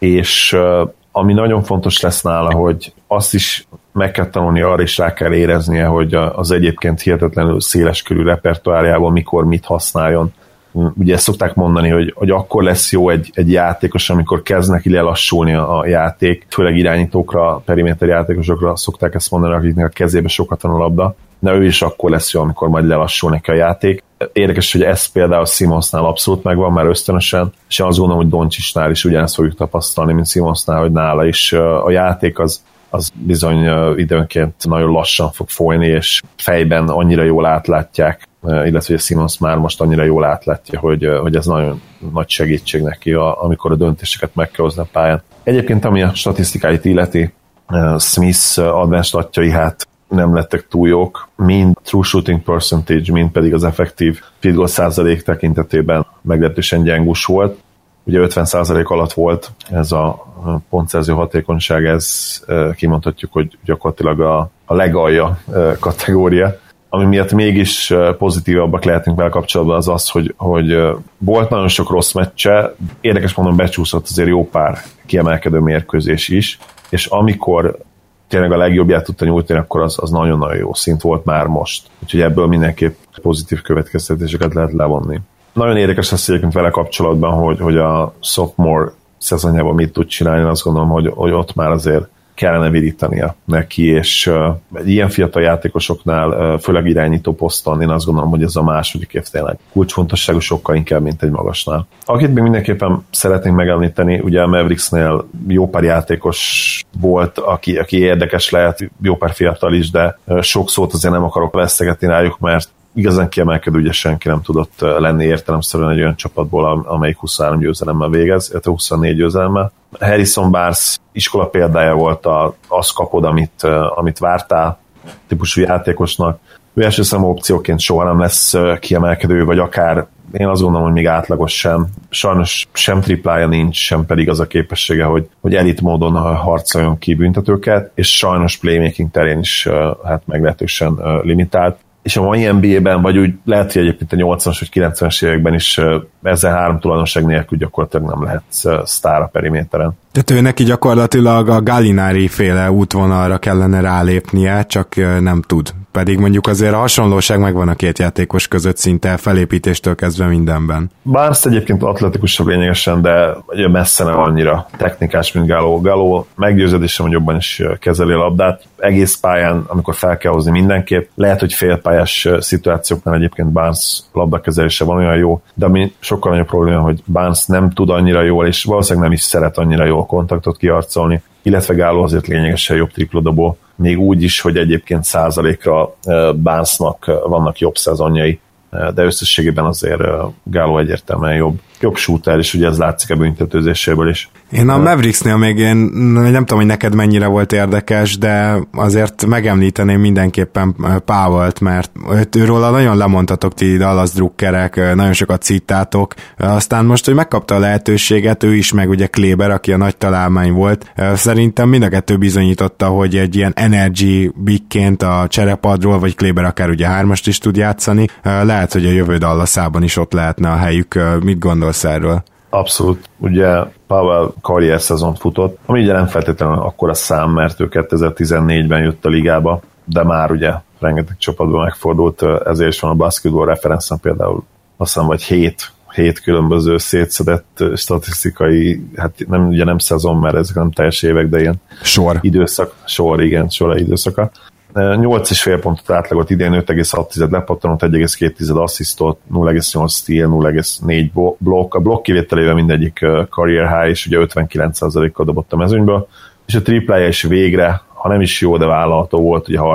és ami nagyon fontos lesz nála, hogy azt is meg kell tanulni, arra is rá kell éreznie, hogy az egyébként hihetetlenül széleskörű repertoárjában mikor mit használjon. Ugye ezt szokták mondani, hogy akkor lesz jó egy játékos, amikor kezd neki lelassulni a játék, főleg irányítókra, periméter játékosokra szokták ezt mondani, akiknek a kezébe sokat van a labda, de ő is akkor lesz jó, amikor majd lelassul neki a játék. Érdekes, hogy ez például Simonsnál abszolút megvan már ösztönösen, és én azt gondolom, hogy Dončićnál is ugyanezt fogjuk tapasztalni, mint Simonsnál, hogy nála is a játék az bizony időnként nagyon lassan fog folyni, és fejben annyira jól átlátják, illetve a Simons már most annyira jól átlátja, hogy ez nagyon nagy segítség neki, amikor a döntéseket meg kell hozni a pályán. Egyébként, ami a statisztikáit illeti, Smith advanced statjai hát nem lettek túl jók, mind true shooting percentage, mind pedig az effektív field goal százalék tekintetében meglehetősen gyengus volt. Ugye 50% alatt volt ez a pontszerző hatékonyság, ez kimondhatjuk, hogy gyakorlatilag a legalja kategória. Ami miatt mégis pozitívabbak lehetünk vele kapcsolatban az, hogy volt nagyon sok rossz meccse, érdekes mondom, becsúszott azért jó pár kiemelkedő mérkőzés is, és amikor tényleg a legjobbját tudta nyújtani, akkor az nagyon-nagyon jó szint volt már most. Úgyhogy ebből mindenképp pozitív következtetéseket lehet levonni. Nagyon érdekes lesz egyébként vele kapcsolatban, hogy a sophomore szezonjában mit tud csinálni, azt gondolom, hogy ott már azért kellene virítania neki, és egy ilyen fiatal játékosoknál, főleg irányító poszton, én azt gondolom, hogy ez a második év tényleg kulcsfontosságú sokkal inkább, mint egy magasnál. Akit még mindenképpen szeretnénk megemlíteni, ugye a Mavericksnél jó pár játékos volt, aki érdekes lehet, jó pár fiatal is, de sok szót azért nem akarok vesztegetni rájuk, mert igazán kiemelkedő, ugye senki nem tudott lenni értelemszerűen egy olyan csapatból, amelyik 23 győzelemmel végez, illetve 24 győzelemmel. Harrison Barnes iskola példája volt, azt kapod, amit vártál típusú játékosnak. Ő első számú opcióként soha nem lesz kiemelkedő, vagy akár én azt gondolom, hogy még átlagos sem. Sajnos sem triplája nincs, sem pedig az a képessége, hogy elit módon harcoljon ki büntetőket, és sajnos playmaking terén is hát meglehetősen limitált. És a mai NBA-ben, vagy úgy lehet, hogy egyébként a 80-as vagy 90-es években is ezzel három tulajdonság nélkül gyakorlatilag nem lehet sztár a periméteren. Tehát ő neki gyakorlatilag a Gallinari féle útvonalra kellene rálépnie, csak nem tud. Pedig mondjuk azért a hasonlóság megvan a két játékos között szinte felépítéstől kezdve mindenben. Barnes egyébként atletikusabb lényegesen, de ugye messze nem annyira technikás, mint Gallo. Gallo meggyőződésem, hogy jobban is kezeli a labdát. Egész pályán, amikor fel kell hozni mindenképp. Lehet, hogy félpályás szituációknál egyébként Barnes labdakezelése van olyan jó, de ami sokkal nagyobb probléma, hogy Barnes nem tud annyira jól, és valószínűleg nem is szeret annyira jól kontaktot kiharcolni, illetve Gallo azért lényegesen jobb triplodobó, még úgy is, hogy egyébként százalékra Barnesnak vannak jobb szezonjai, de összességében azért Gallo egyértelműen jobb shooter, és ugye ez látszik a büntetőzéséből is. Én a Mavericksnél még nem tudom, hogy neked mennyire volt érdekes, de azért megemlíteném mindenképpen Powell-t, mert őróla nagyon lemondhatok ti Dallas drukkerek, nagyon sokat cittátok, aztán most, hogy megkapta a lehetőséget, ő is, meg ugye Kleber, aki a nagy találmány volt, szerintem mind a kettő bizonyította, hogy egy ilyen energy bigként a cserepadról, vagy Kleber akár ugye hármast is tud játszani, lehet, hogy a jövő Dallasában is ott lehetne a helyük. Mit gondolsz erről? Abszolút. Ugye Powell karrier szezont futott, ami ugye nem feltétlenül akkora szám, mert ő 2014-ben jött a ligába, de már ugye rengeteg csapatban megfordult, ezért is van a Basketball Reference-en például azt hiszem, vagy 7 különböző szétszedett statisztikai, hát nem szezon, mert ezek nem teljes évek, de ilyen időszak, sor időszaka. 8,5 pontot átlagolt idén, 5,6 lepattanott, 1,2 asszisztot, 0,8 steal, 0,4 blokk. A blokk kivételével mindegyik career high, és ugye 59%-kal dobott a mezőnyből, és a triplája is végre, ha nem is jó, de vállalható volt, ugye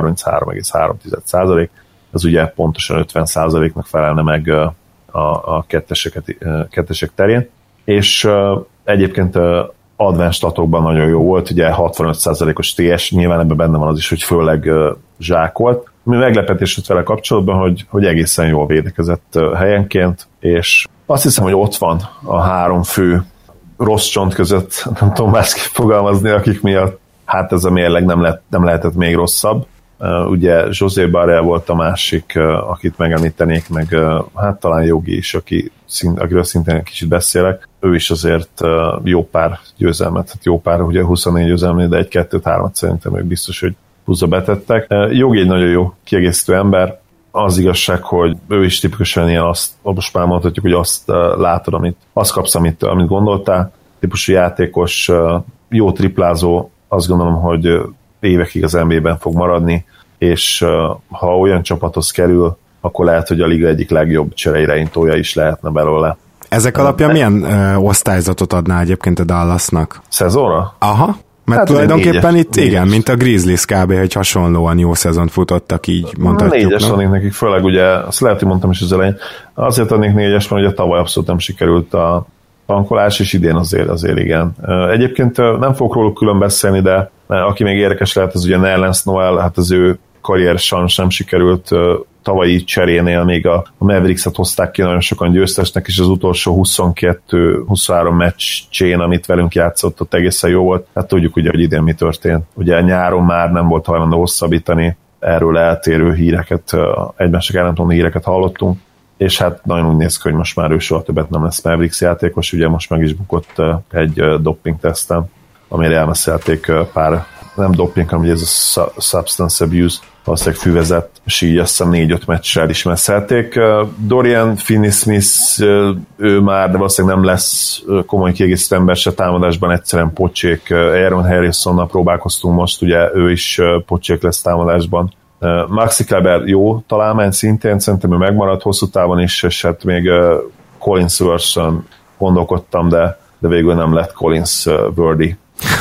33,3%, az ugye pontosan 50%-nak felelne meg a kettesek terén. És egyébként advanced statokban nagyon jó volt, ugye 65%-os TS, nyilván ebben benne van az is, hogy főleg zsákolt. Mi meglepetés ott vele kapcsolatban, hogy egészen jól védekezett helyenként, és azt hiszem, hogy ott van a három fő rossz csont között, nem tudom másképp fogalmazni, akik miatt hát ez a mérleg nem lehetett még rosszabb. Ugye José Barrel volt a másik, akit megemlítenék, meg hát talán Jogi is, akiről szintén egy kicsit beszélek. Ő is azért jó pár győzelmet, hát jó pár, ugye 24 győzelmet, de 1-2-3 szerintem ők biztos, hogy húzza betettek. Jogi egy nagyon jó kiegészítő ember, az igazság, hogy ő is tipikusan ilyen, most már mondhatjuk, hogy azt látod, azt kapsz, amit gondoltál, típusú játékos, jó triplázó, azt gondolom, hogy évekig az NBA-ben fog maradni, és ha olyan csapathoz kerül, akkor lehet, hogy a liga egyik legjobb csereirányítója is lehetne belőle. Ezek alapján milyen osztályzatot adná egyébként a Dallasnak? Szezonra? Aha. Mert hát tulajdonképpen itt igen, mint a Grizzlies kb. Hogy hasonlóan jó szezont futottak, így mondhatjuk. 4-es adnék nekik, főleg ugye, azt lehet, hogy mondtam is az elején, azért adnék 4-es, mert ugye tavaly abszolút nem sikerült a tankolás, és idén azért igen. Egyébként nem fogok róluk külön beszélni, de aki még érdekes lehet, az ugye Nerlens Noel, hát az ő karrier sajnos nem sikerült, tavalyi cserénél még a Mavericks-et hozták ki nagyon sokan győztesnek, és az utolsó 22-23 meccsén, amit velünk játszott, ott egészen jó volt. Hát tudjuk ugye, hogy idén mi történt. Ugye nyáron már nem volt hajlandó hosszabbítani, erről eltérő híreket, egymások ellentmondó híreket hallottunk, és hát nagyon úgy néz ki, hogy most már ő soha többet nem lesz Mavericks játékos, ugye most meg is bukott egy doping teszten, amire elmeszelték pár, nem doping, hanem ez a substance abuse, valószínűleg füvezett, és így azt hiszem 4-5 meccsre elismerhették. Dorian Finney-Smith, ő már, de valószínűleg nem lesz komoly kiegészítő ember se támadásban, egyszerűen pocsék. Aaron Harrisonnal próbálkoztunk most, ugye ő is pocsék lesz támadásban. Maxi Kleber jó találmány szintén, szerintem ő megmaradt hosszú távon is, és hát még Collins Worth-on gondolkodtam, de végül nem lett Collins worthy.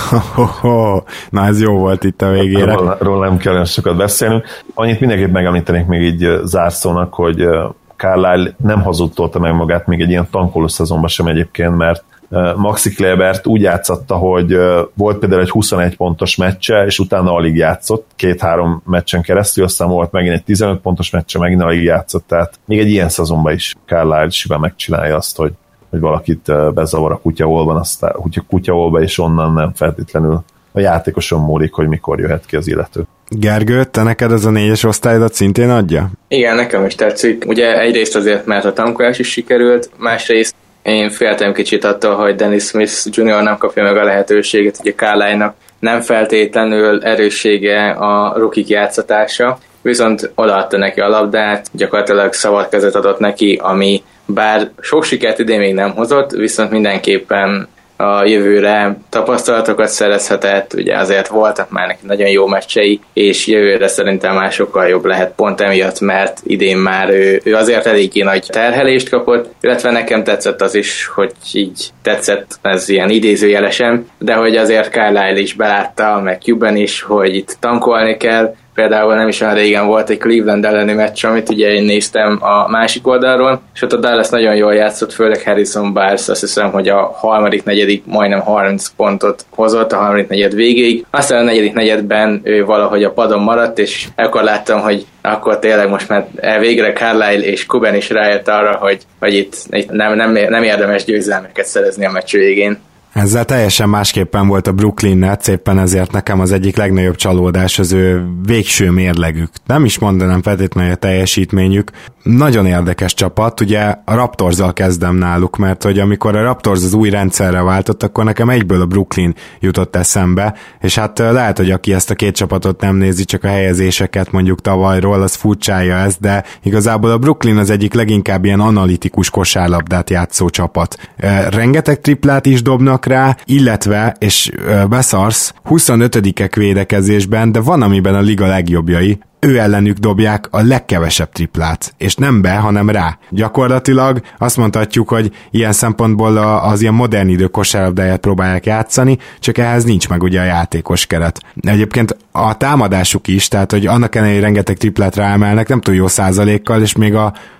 Na ez jó volt itt a végére. Róla nem kellene sokat beszélnünk. Annyit mindenképp megemlítenék még így zárszónak, hogy Carlisle nem hazudtolta meg magát még egy ilyen tankoló szezonban sem egyébként, mert Maxi Klebert úgy játszatta, hogy volt például egy 21 pontos meccse, és utána alig játszott, 2-3 meccsen keresztül, aztán volt megint egy 15 pontos meccse, megint alig játszott, tehát még egy ilyen szezonban is Carlisle simán megcsinálja azt, hogy valakit bezavar a kutyaholban, aztán kutyaholba, és onnan nem feltétlenül a játékoson múlik, hogy mikor jöhet ki az illető. Gergő, te neked ez a 4-es osztályodat szintén adja? Igen, nekem is tetszik. Ugye egyrészt azért, mert a tankolás is sikerült, másrészt én féltem kicsit attól, hogy Dennis Smith Jr. nem kapja meg a lehetőséget, ugye Carlisle-nak nem feltétlenül erőssége a rukik játszatása, viszont odaadta neki a labdát, gyakorlatilag szabad kezet adott neki, ami bár sok sikert idén még nem hozott, viszont mindenképpen a jövőre tapasztalatokat szerezhetett, ugye azért voltak már neki nagyon jó meccsei, és jövőre szerintem már sokkal jobb lehet pont emiatt, mert idén már ő azért eléggé nagy terhelést kapott, illetve nekem tetszett az is, hogy így tetszett, ez ilyen idézőjelesen, de hogy azért Carlisle is belátta, meg Cuban is, hogy itt tankolni kell. Például nem is olyan régen volt egy Cleveland elleni meccs, amit ugye én néztem a másik oldalról, és ott a Dallas nagyon jól játszott, főleg Harrison Barnes, azt hiszem, hogy a harmadik negyedik majdnem 30 pontot hozott a harmadik negyed végéig. Aztán a negyedik negyedben ő valahogy a padon maradt, és akkor láttam, hogy akkor tényleg most már végre Carlisle és Cuban is rájött arra, hogy itt nem érdemes győzelmeket szerezni a meccs végén. Ezzel teljesen másképpen volt a Brooklyn Nets, éppen ezért nekem az egyik legnagyobb csalódás az ő végső mérlegük. Nem is mondanám feltétlenül a teljesítményük. Nagyon érdekes csapat, ugye a Raptorzzal kezdem náluk, mert hogy amikor a Raptors az új rendszerre váltott, akkor nekem egyből a Brooklyn jutott eszembe, és hát lehet, hogy aki ezt a két csapatot nem nézi, csak a helyezéseket mondjuk tavalyról, az furcsája ezt, de igazából a Brooklyn az egyik leginkább ilyen analitikus kosárlabdát játszó csapat. Rengeteg triplát is dobnak rá, illetve, és beszarsz, 25-ek védekezésben, de van, amiben a liga legjobbjai, ő ellenük dobják a legkevesebb triplát, és nem be, hanem rá. Gyakorlatilag azt mondhatjuk, hogy ilyen szempontból az ilyen modern idő kosárlabdáját próbálják játszani, csak ehhez nincs meg ugye a játékos keret. Egyébként a támadásuk is, tehát hogy annak ellenére rengeteg triplát ráemelnek, nem túl jó százalékkal, és még a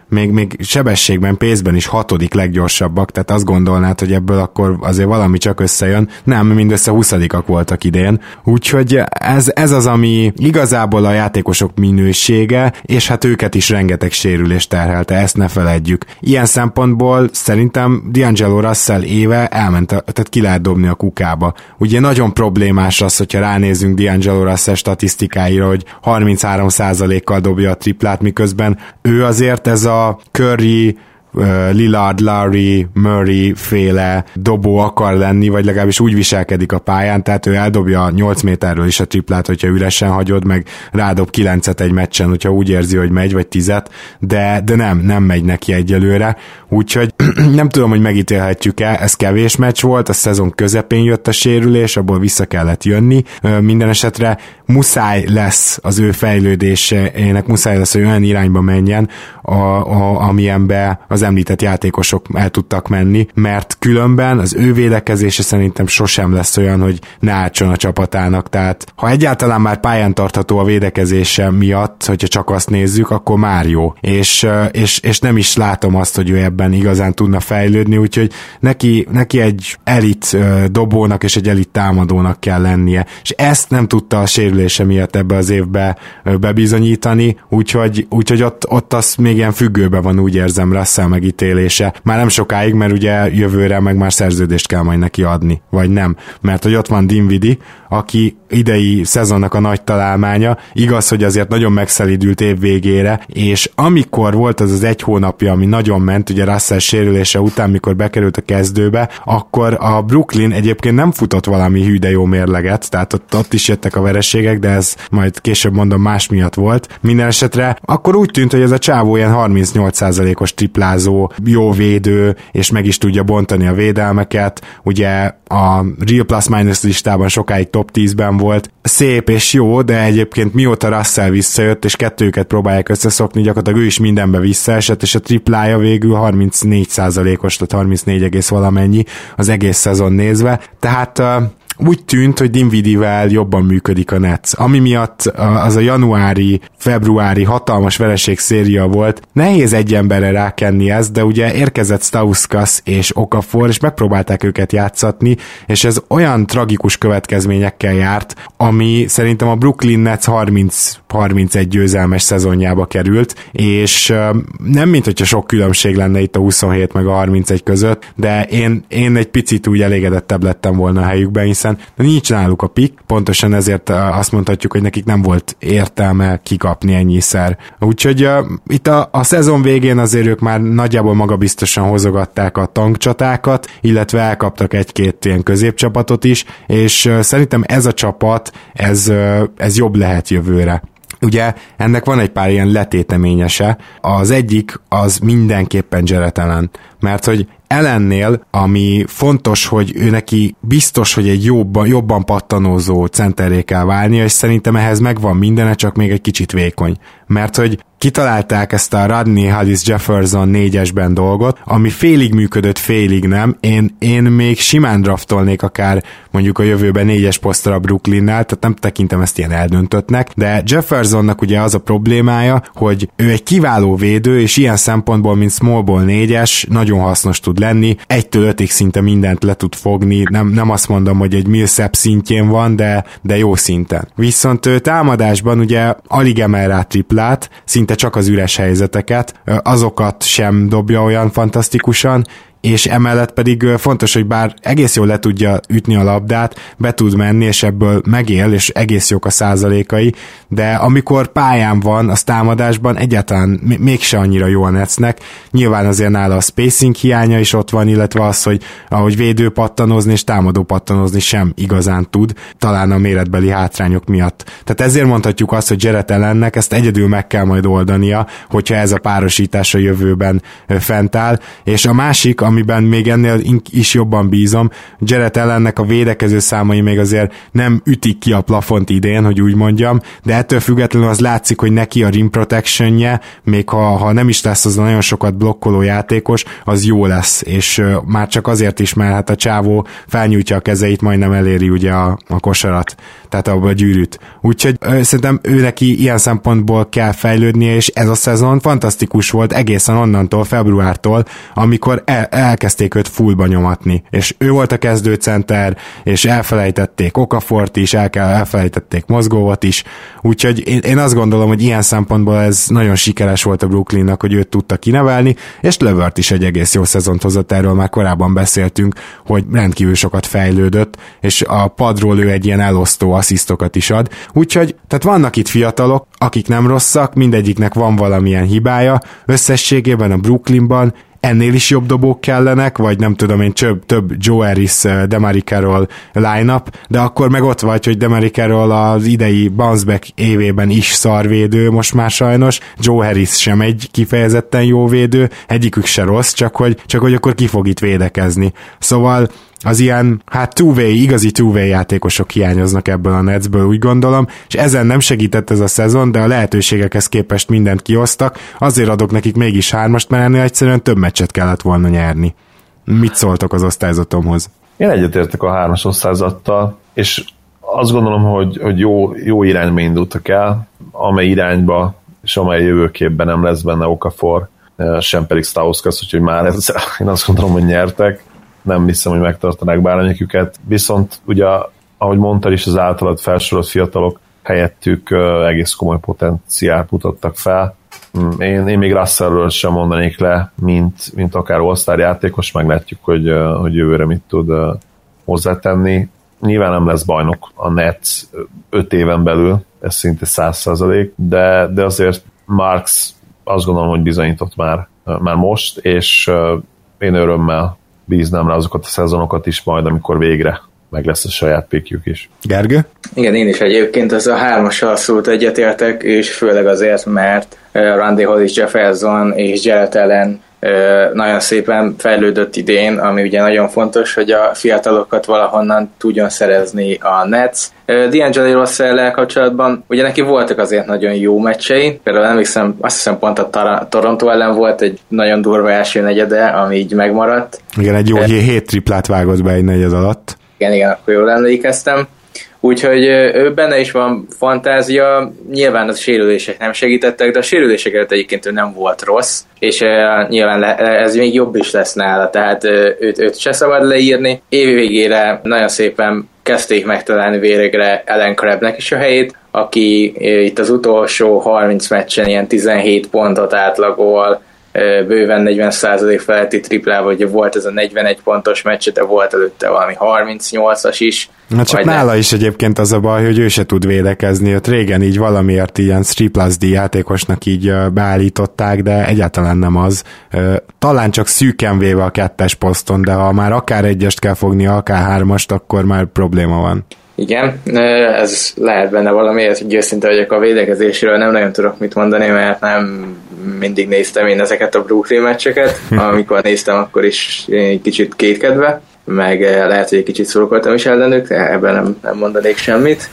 még sebességben, pace-ben is 6. leggyorsabbak, tehát azt gondolnád, hogy ebből akkor azért valami csak összejön. Nem, mindössze 20-ak voltak idén. Úgyhogy ez az, ami igazából a játékosok minősége, és hát őket is rengeteg sérülés terhelte, ezt ne feledjük. Ilyen szempontból szerintem D'Angelo Russell éve elment, tehát ki lehet dobni a kukába. Ugye nagyon problémás az, hogyha ránézünk D'Angelo Russell statisztikáira, hogy 33%-kal dobja a triplát, miközben ő azért ez a Curry, Lillard, Lowry, Murray féle dobó akar lenni, vagy legalábbis úgy viselkedik a pályán, tehát ő eldobja 8 méterről is a triplát, hogyha üresen hagyod, meg rádob 9-et egy meccsen, hogyha úgy érzi, hogy megy, vagy 10-et, de nem megy neki egyelőre, úgyhogy nem tudom, hogy megítélhetjük-e, ez kevés meccs volt, a szezon közepén jött a sérülés, abból vissza kellett jönni, minden esetre muszáj lesz az ő fejlődésének, muszáj lesz, hogy olyan irányba menjen, amilyenbe az említett játékosok el tudtak menni, mert különben az ő védekezése szerintem sosem lesz olyan, hogy ne átson a csapatának, tehát ha egyáltalán már pályán tartható a védekezése miatt, hogyha csak azt nézzük, akkor már jó, és nem is látom azt, hogy ő ebben igazán tudna fejlődni, úgyhogy neki egy elit dobónak és egy elit támadónak kell lennie, és ezt nem tudta a sérülése miatt ebbe az évbe bebizonyítani, úgyhogy ott az még ilyen függőben van, úgy érzem, Russell megítélése. Már nem sokáig, mert ugye jövőre meg már szerződést kell majd neki adni, vagy nem. Mert hogy ott van Dinwiddie, aki idei szezonnak a nagy találmánya, igaz, hogy azért nagyon megszelidült év végére, és amikor volt az egy hónapja, ami nagyon ment, ugye Russell sérülése után, mikor bekerült a kezdőbe, akkor a Brooklyn egyébként nem futott valami hű de jó mérleget, tehát ott is jöttek a vereségek, de ez majd később mondom más miatt volt. Minden esetre akkor úgy tűnt, hogy ez a csávó ilyen 38%-os triplázó, jó védő, és meg is tudja bontani a védelmeket. Ugye a Real Plus Minus listában sokáig top 10-ben volt. Szép és jó, de egyébként mióta Russell visszajött, és kettőket próbálják összeszokni, gyakorlatilag ő is mindenbe visszaesett, és a triplája végül 34%-os, tehát 34, valamennyi az egész szezon nézve. Tehát úgy tűnt, hogy Dinwiddie-vel jobban működik a Nets. Ami miatt az a januári-februári hatalmas vereség-széria volt. Nehéz egy emberre rákenni ezt, de ugye érkezett Stauskas és Okafor, és megpróbálták őket játszatni, és ez olyan tragikus következményekkel járt, ami szerintem a Brooklyn Nets 30-31 győzelmes szezonjába került, és nem mint hogyha sok különbség lenne itt a 27 meg a 31 között, de én egy picit úgy elégedettebb lettem volna a helyükben, hiszen nincs náluk a pick, pontosan ezért azt mondhatjuk, hogy nekik nem volt értelme kikapni ennyiszer. Úgyhogy itt a szezon végén azért ők már nagyjából magabiztosan hozogatták a tankcsatákat, illetve elkaptak egy-két ilyen középcsapatot is, és szerintem ez a csapat, ez jobb lehet jövőre. Ugye ennek van egy pár ilyen letéteményese. Az egyik az mindenképpen Jarrett Allen, mert hogy Allennél, ami fontos, hogy ő neki biztos, hogy egy jobban pattanózó centerré kell válnia, és szerintem ehhez megvan mindene, csak még egy kicsit vékony. Mert hogy kitalálták ezt a Rodney Hollis Jefferson 4-esben dolgot, ami félig működött, félig nem. Én még simán draftolnék akár mondjuk a jövőben 4-es posztra a Brooklynnál, tehát nem tekintem ezt ilyen eldöntöttnek, de Jeffersonnak ugye az a problémája, hogy ő egy kiváló védő, és ilyen szempontból, mint small ball 4-es, nagyon hasznos tud lenni, 1-től 5-ig szinte mindent le tud fogni, nem azt mondom, hogy egy Millsap szintjén van, de jó szinten. Viszont ő támadásban ugye alig emel rá triplát, szinte csak az üres helyzeteket, azokat sem dobja olyan fantasztikusan, és emellett pedig fontos, hogy bár egész jól le tudja ütni a labdát, be tud menni, és ebből megél, és egész jók a százalékai, de amikor pályán van, az támadásban egyáltalán mégse annyira jó a Netsnek. Nyilván azért nála a spacing hiánya is ott van, illetve az, hogy ahogy védő pattanozni és támadó pattanozni sem igazán tud, talán a méretbeli hátrányok miatt. Tehát ezért mondhatjuk azt, hogy Jarrett Allennek ezt egyedül meg kell majd oldania, hogyha ez a párosítás a jövőben fent áll, és a másik, amiben még ennél is jobban bízom, Jarrett Allennek a védekező számai még azért nem ütik ki a plafont idén, hogy úgy mondjam, de ettől függetlenül az látszik, hogy neki a rim protectionje, még ha nem is lesz az nagyon sokat blokkoló játékos, az jó lesz, és már csak azért is, mert hát a csávó felnyújtja a kezeit, majdnem eléri ugye a kosarat. tehát abba a gyűrűt. Úgyhogy szerintem ő neki ilyen szempontból kell fejlődnie, és ez a szezon fantasztikus volt egészen onnantól, februártól, amikor elkezdték őt fullba nyomatni. És ő volt a kezdőcenter, és elfelejtették Okafort is, elfelejtették Mozgovot is, úgyhogy én azt gondolom, hogy ilyen szempontból ez nagyon sikeres volt a Brooklynnak, hogy őt tudta kinevelni, és Levert is egy egész jó szezont hozott, erről már korábban beszéltünk, hogy rendkívül sokat fejlődött, és a padról ő egy ilyen elosztó asszisztokat is ad. Úgyhogy, tehát vannak itt fiatalok, akik nem rosszak, mindegyiknek van valamilyen hibája, összességében a Brooklynban ennél is jobb dobók kellenek, vagy nem tudom én, több Joe Harris, DeMarre Carroll line-up, de akkor meg ott vagy, hogy DeMarre Carroll az idei bounce-back évében is szarvédő most már sajnos, Joe Harris sem egy kifejezetten jó védő, egyikük se rossz, csak hogy akkor ki fog itt védekezni. Szóval az ilyen, igazi two-way játékosok hiányoznak ebből a Netsből, úgy gondolom, és ezen nem segített ez a szezon, de a lehetőségekhez képest mindent kihoztak, azért adok nekik mégis 3-ast, mert ennél egyszerűen több meccset kellett volna nyerni. Mit szóltok az osztályzatomhoz? Én egyetértek a 3-as osztályzattal, és azt gondolom, hogy jó irányba indultak el, amely irányba, és amely jövőképben nem lesz benne Okafor, sem pedig Stauskas, úgyhogy már ezzel én azt gondolom, hogy nyertek. Nem hiszem, hogy megtartanák bármelyiküket. Viszont ugye, ahogy mondtad is, az általad felsorolt fiatalok helyettük egész komoly potenciált mutattak fel. Én még Russellről sem mondanék le, mint akár All-Star játékos, meglátjuk, hogy jövőre mit tud hozzátenni. Nyilván nem lesz bajnok a Nets 5 éven belül, ez szinte 100%, de azért Marks azt gondolom, hogy bizonyított már most, és én örömmel bíznám rá azokat a szezonokat is majd, amikor végre meg lesz a saját pickjük is. Gergő? Igen, én is egyébként az a 3-assal abszolút egyetértek, és főleg azért, mert Randy Hollis, Jefferson és Jarrett Allen nagyon szépen fejlődött idén, ami ugye nagyon fontos, hogy a fiatalokat valahonnan tudjon szerezni a Nets. D'Angelo Russell-el kapcsolatban ugye neki voltak azért nagyon jó meccsei, például emlékszem, azt hiszem pont a Toronto ellen volt egy nagyon durva első negyede, ami így megmaradt. Igen, egy jó 7 triplát vágott be egy negyed alatt. Igen, akkor jól emlékeztem. Úgyhogy ő benne is van fantázia, nyilván a sérülések nem segítettek, de a sérülések előtt egyébként ő nem volt rossz, és nyilván ez még jobb is lesz nála, tehát őt se szabad leírni. Év végére nagyon szépen kezdték megtalálni végre Allen Crabbe-nek is a helyét, aki itt az utolsó 30 meccsen ilyen 17 pontot átlagol, bőven 40% feletti triplával, ugye volt ez a 41 pontos meccs, de volt előtte valami 38-as is. Na csak nála is egyébként az a baj, hogy ő se tud védekezni, ott régen így valamiért ilyen 3+D játékosnak így beállították, de egyáltalán nem az. Talán csak szűken véve a 2-es poszton, de ha már akár 1-est kell fogni, akár 3-ast, akkor már probléma van. Igen, ez lehet benne valamiért, hogy őszinte vagyok a védekezésről, nem nagyon tudok mit mondani, mert nem mindig néztem én ezeket a Brooklyn meccseket, amikor néztem, akkor is kicsit kétkedve, meg lehet, hogy egy kicsit szurkoltam is ellenük, ebben nem mondanék semmit.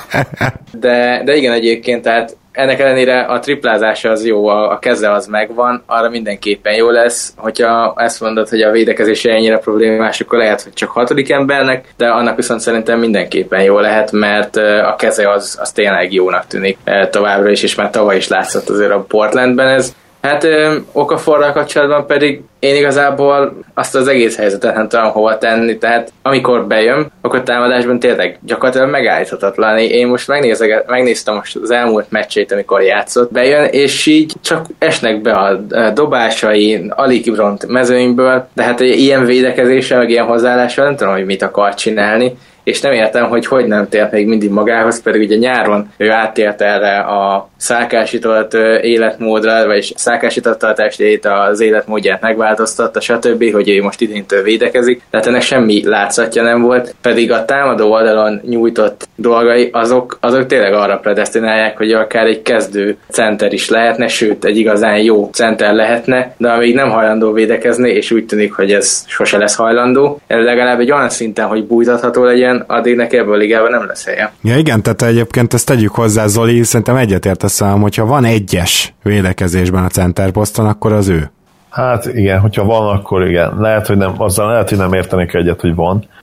De igen, egyébként, tehát ennek ellenére a triplázása az jó, a keze az megvan, arra mindenképpen jó lesz, hogyha ezt mondod, hogy a védekezése ennyire problémás, akkor lehet, hogy csak 6. embernek, de annak viszont szerintem mindenképpen jó lehet, mert a keze az tényleg jónak tűnik továbbra is, és már tavaly is látszott azért a Portlandben ez. Hát Okaforral kapcsolatban pedig én igazából azt az egész helyzetet nem tudom hova tenni, tehát amikor bejön, akkor támadásban tényleg gyakorlatilag megállíthatatlan. Én most megnéztem most az elmúlt meccsét, amikor játszott, bejön, és így csak esnek be a dobásai, alig kibront mezőnyből, de hát ilyen védekezéssel, meg ilyen hozzáállással nem tudom, hogy mit akar csinálni, és nem értem, hogy nem tért még mindig magához, pedig ugye nyáron ő áttért erre a szálkásított életmódra, vagy szálkásított tartásét, az életmódját megváltoztatta, stb., hogy ő most idéntől védekezik, tehát ennek semmi látszatja nem volt, pedig a támadó oldalon nyújtott dolgai, azok tényleg arra predesztinálják, hogy akár egy kezdő center is lehetne, sőt, egy igazán jó center lehetne, de amíg nem hajlandó védekezni, és úgy tűnik, hogy ez sose lesz hajlandó, legalább egy olyan szinten, hogy bújtatható legyen, addig neki ebből a ligában nem lesz helye. Ja igen, tehát egyébként ezt tegyük hozzá, Zoli, szerintem egyetértesz velem, hogyha van 1-es védekezésben a centerposzton, akkor az ő. Hát igen, hogyha van, akkor igen. Lehet, hogy nem értenék egyet, hogy van,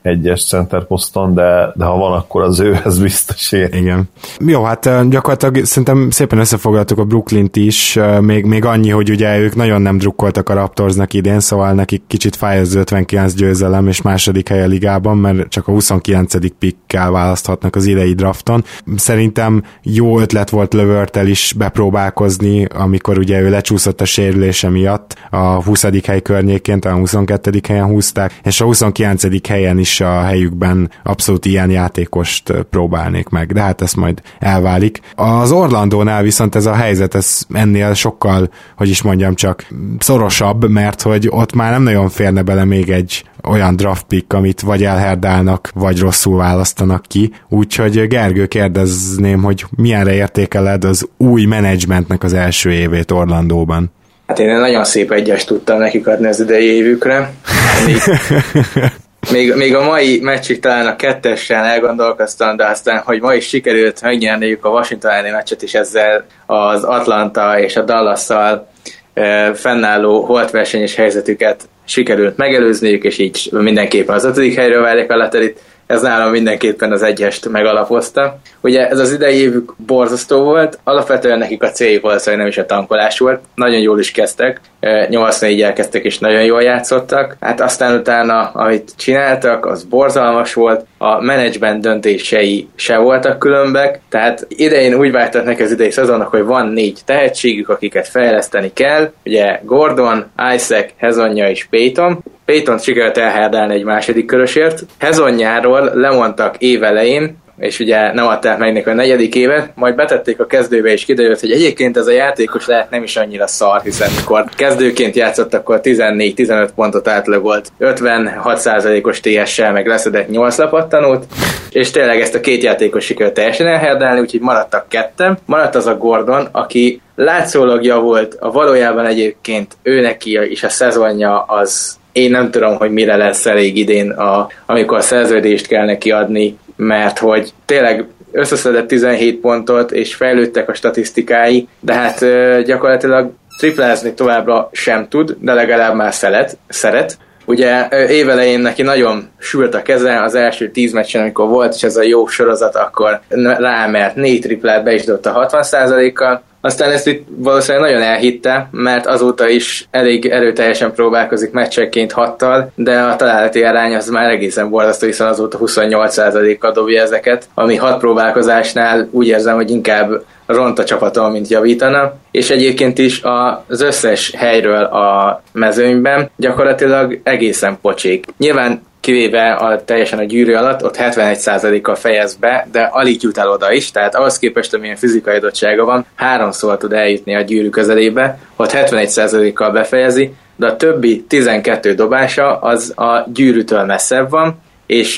egyes center poszton, de ha van, akkor az ő, ez biztos ér. Igen. Jó, hát gyakorlatilag szerintem szépen összefoglaltuk a Brooklynt is, még annyi, hogy ugye ők nagyon nem drukkoltak a Raptorsnak idén, szóval nekik kicsit fáj az 59 győzelem és második hely a ligában, mert csak a 29. pickkel választhatnak az idei drafton. Szerintem jó ötlet volt Levert-tel is bepróbálkozni, amikor ugye ő lecsúszott a sérülése miatt a 20. hely környékén, talán 22. helyen húzták, és a 29. helyen is a helyükben abszolút ilyen játékost próbálnék meg, de hát ez majd elválik. Az Orlandónál viszont ez a helyzet, ez ennél sokkal, hogy is mondjam, csak szorosabb, mert hogy ott már nem nagyon férne bele még egy olyan draft pick, amit vagy elherdálnak, vagy rosszul választanak ki. Úgyhogy Gergő, kérdezném, hogy milyenre értékeled az új menedzsmentnek az első évét Orlandóban? Hát én nagyon szép egyest tudtam nekik adni az idei évükre. Még a mai meccsig talán a 2-essel elgondolkoztam, de aztán, hogy ma is sikerült megnyerniük a Washington elleni meccset, és ezzel az Atlanta és a Dallasszal fennálló holtversenyes helyzetüket sikerült megelőzniük, és így mindenképpen az 5. helyről várják a letelit. Ez nálam mindenképpen az egyest megalapozta. Ugye ez az idei évük borzasztó volt, alapvetően nekik a céljuk valószínűleg nem is a tankolás volt, nagyon jól is kezdtek, 8-4-jel kezdtek és nagyon jól játszottak, hát aztán utána, amit csináltak, az borzalmas volt, a menedzsment döntései se voltak különbek, tehát idején úgy vártak neki az idei szezonnak, hogy van 4 tehetségük, akiket fejleszteni kell, ugye Gordon, Isaac, Hezonja és Payton sikerült elherdálni egy második körösért. Hezonjáról lemondtak évelején, és ugye nem adták meg neki a 4. évet, majd betették a kezdőbe, és kiderült, hogy egyébként ez a játékos lehet nem is annyira szar, hiszen mikor kezdőként játszott, akkor 14-15 pontot átlagolt, 56%-os TS-sel, meg leszedett 8 lapattanót, és tényleg ezt a 2 játékos sikerült teljesen elherdálni, úgyhogy maradtak 2. Maradt az a Gordon, aki látszólag javult, a valójában egyébként ő neki is a szezonja az, én nem tudom, hogy mire lesz elég idén, amikor a szerződést kell neki adni, mert hogy tényleg összeszedett 17 pontot, és fejlődtek a statisztikái, de hát gyakorlatilag triplázni továbbra sem tud, de legalább már szeret. Ugye évelején neki nagyon sült a keze, az első 10 meccsen, amikor volt, és ez a jó sorozat, akkor ráemelt 4 triplát, be is dobta 60%-kal, aztán ezt itt valószínűleg nagyon elhitte, mert azóta is elég erőteljesen próbálkozik meccsekként 6-tal, de a találati arány az már egészen borzasztó, hiszen azóta 28%-kal dobja ezeket, ami 6 próbálkozásnál úgy érzem, hogy inkább ront a csapaton, mint javítana, és egyébként is az összes helyről a mezőnyben gyakorlatilag egészen pocsék. Nyilván kivéve teljesen a gyűrű alatt, ott 71%-kal fejez be, de alig jut el oda is, tehát ahhoz képest, amilyen fizikai adottsága van, 3-szor tud eljutni a gyűrű közelébe, ott 71%-kal befejezi, de a többi 12 dobása az a gyűrűtől messzebb van, és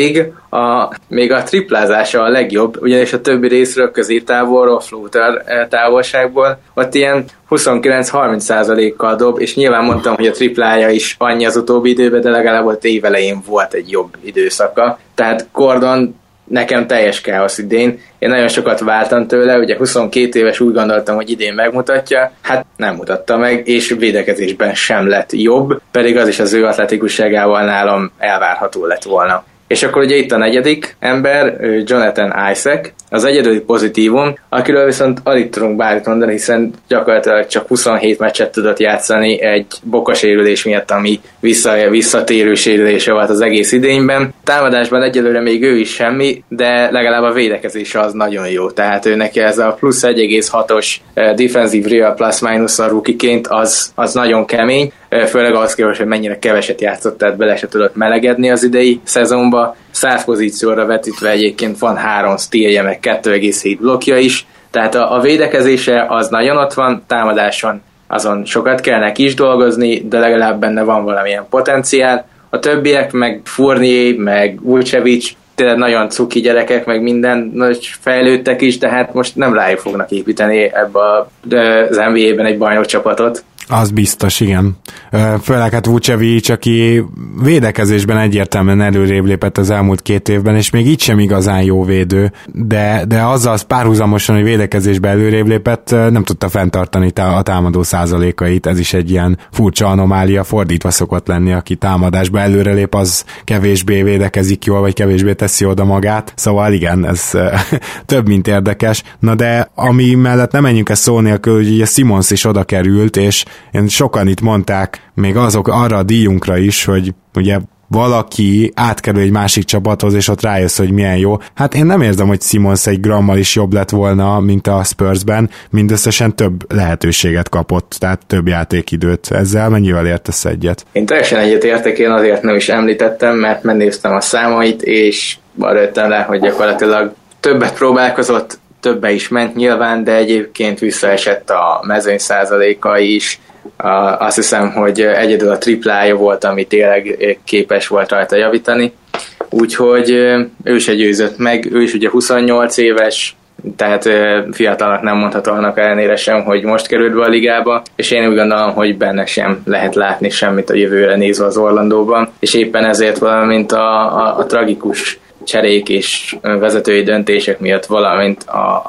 még a triplázása a legjobb, ugyanis a többi részről, középtávolról, floater távolságból, ott ilyen 29-30%-kal dob, és nyilván mondtam, hogy a triplája is annyi az utóbbi időben, de legalább ott évelején volt egy jobb időszaka. Tehát Gordon nekem teljes káosz idén. Én nagyon sokat vártam tőle, ugye 22 éves, úgy gondoltam, hogy idén megmutatja, hát nem mutatta meg, és védekezésben sem lett jobb, pedig az is az ő atletikusságával nálam elvárható lett volna. És akkor ugye itt a 4. ember, Jonathan Isaac, az egyedüli pozitívum, akiről viszont alig tudunk bármit mondani, hiszen gyakorlatilag csak 27 meccset tudott játszani egy bokasérülés miatt, ami visszatérő sérülése volt az egész idényben. Támadásban egyelőre még ő is semmi, de legalább a védekezése az nagyon jó. Tehát ő neki ez a plusz 1,6-os defensive real plus-minus a rookie-ként az nagyon kemény, főleg ahhoz képest, hogy mennyire keveset játszott, tehát bele se tudott melegedni az idei szezonba. 100 pozícióra vetítve egyébként van 3 stealje, meg 2,7 blokkja is, tehát a védekezése az nagyon ott van, támadáson azon sokat kell neki is dolgozni, de legalább benne van valamilyen potenciál. A többiek, meg Fournier, meg Vucevic, tényleg nagyon cuki gyerekek, meg minden nagy fejlődtek is, de hát most nem rájuk fognak építeni ebbe az NBA-ben egy bajnokcsapatot. Az biztos, igen. Főleg hát Vucevic, aki védekezésben egyértelműen előrébb lépett az elmúlt 2 évben, és még így sem igazán jó védő, de azzal párhuzamosan, hogy védekezésben előrébb lépett, nem tudta fenntartani a támadó százalékait. Ez is egy ilyen furcsa anomália, fordítva szokott lenni, aki támadásba előrelép, az kevésbé védekezik jól, vagy kevésbé teszi oda magát. Szóval igen, ez több, mint érdekes. Na de ami mellett nem menjünk ezt szó nélkül, hogy ugye Simmons is oda került, és sokan itt mondták, még azok arra a díjunkra is, hogy ugye valaki átkerül egy másik csapathoz, és ott rájössz, hogy milyen jó. Hát én nem érzem, hogy Simmons egy grammal is jobb lett volna, mint a Spursben, mindösszesen több lehetőséget kapott, tehát több játékidőt. Ezzel mennyivel értesz egyet? Én teljesen egyet értek, én azért nem is említettem, mert megnéztem a számait, és arra jöttem rá, hogy gyakorlatilag többet próbálkozott, többe is ment nyilván, de egyébként visszaesett a mezőny százaléka is. Azt hiszem, hogy egyedül a triplája volt, ami tényleg képes volt rajta javítani. Úgyhogy ő se győzött meg, ő is ugye 28 éves, tehát fiatalnak nem mondható annak ellenére sem, hogy most került be a ligába, és én úgy gondolom, hogy benne sem lehet látni semmit a jövőre nézve az Orlandóban, és éppen ezért valamint a tragikus cserék és vezetői döntések miatt, valamint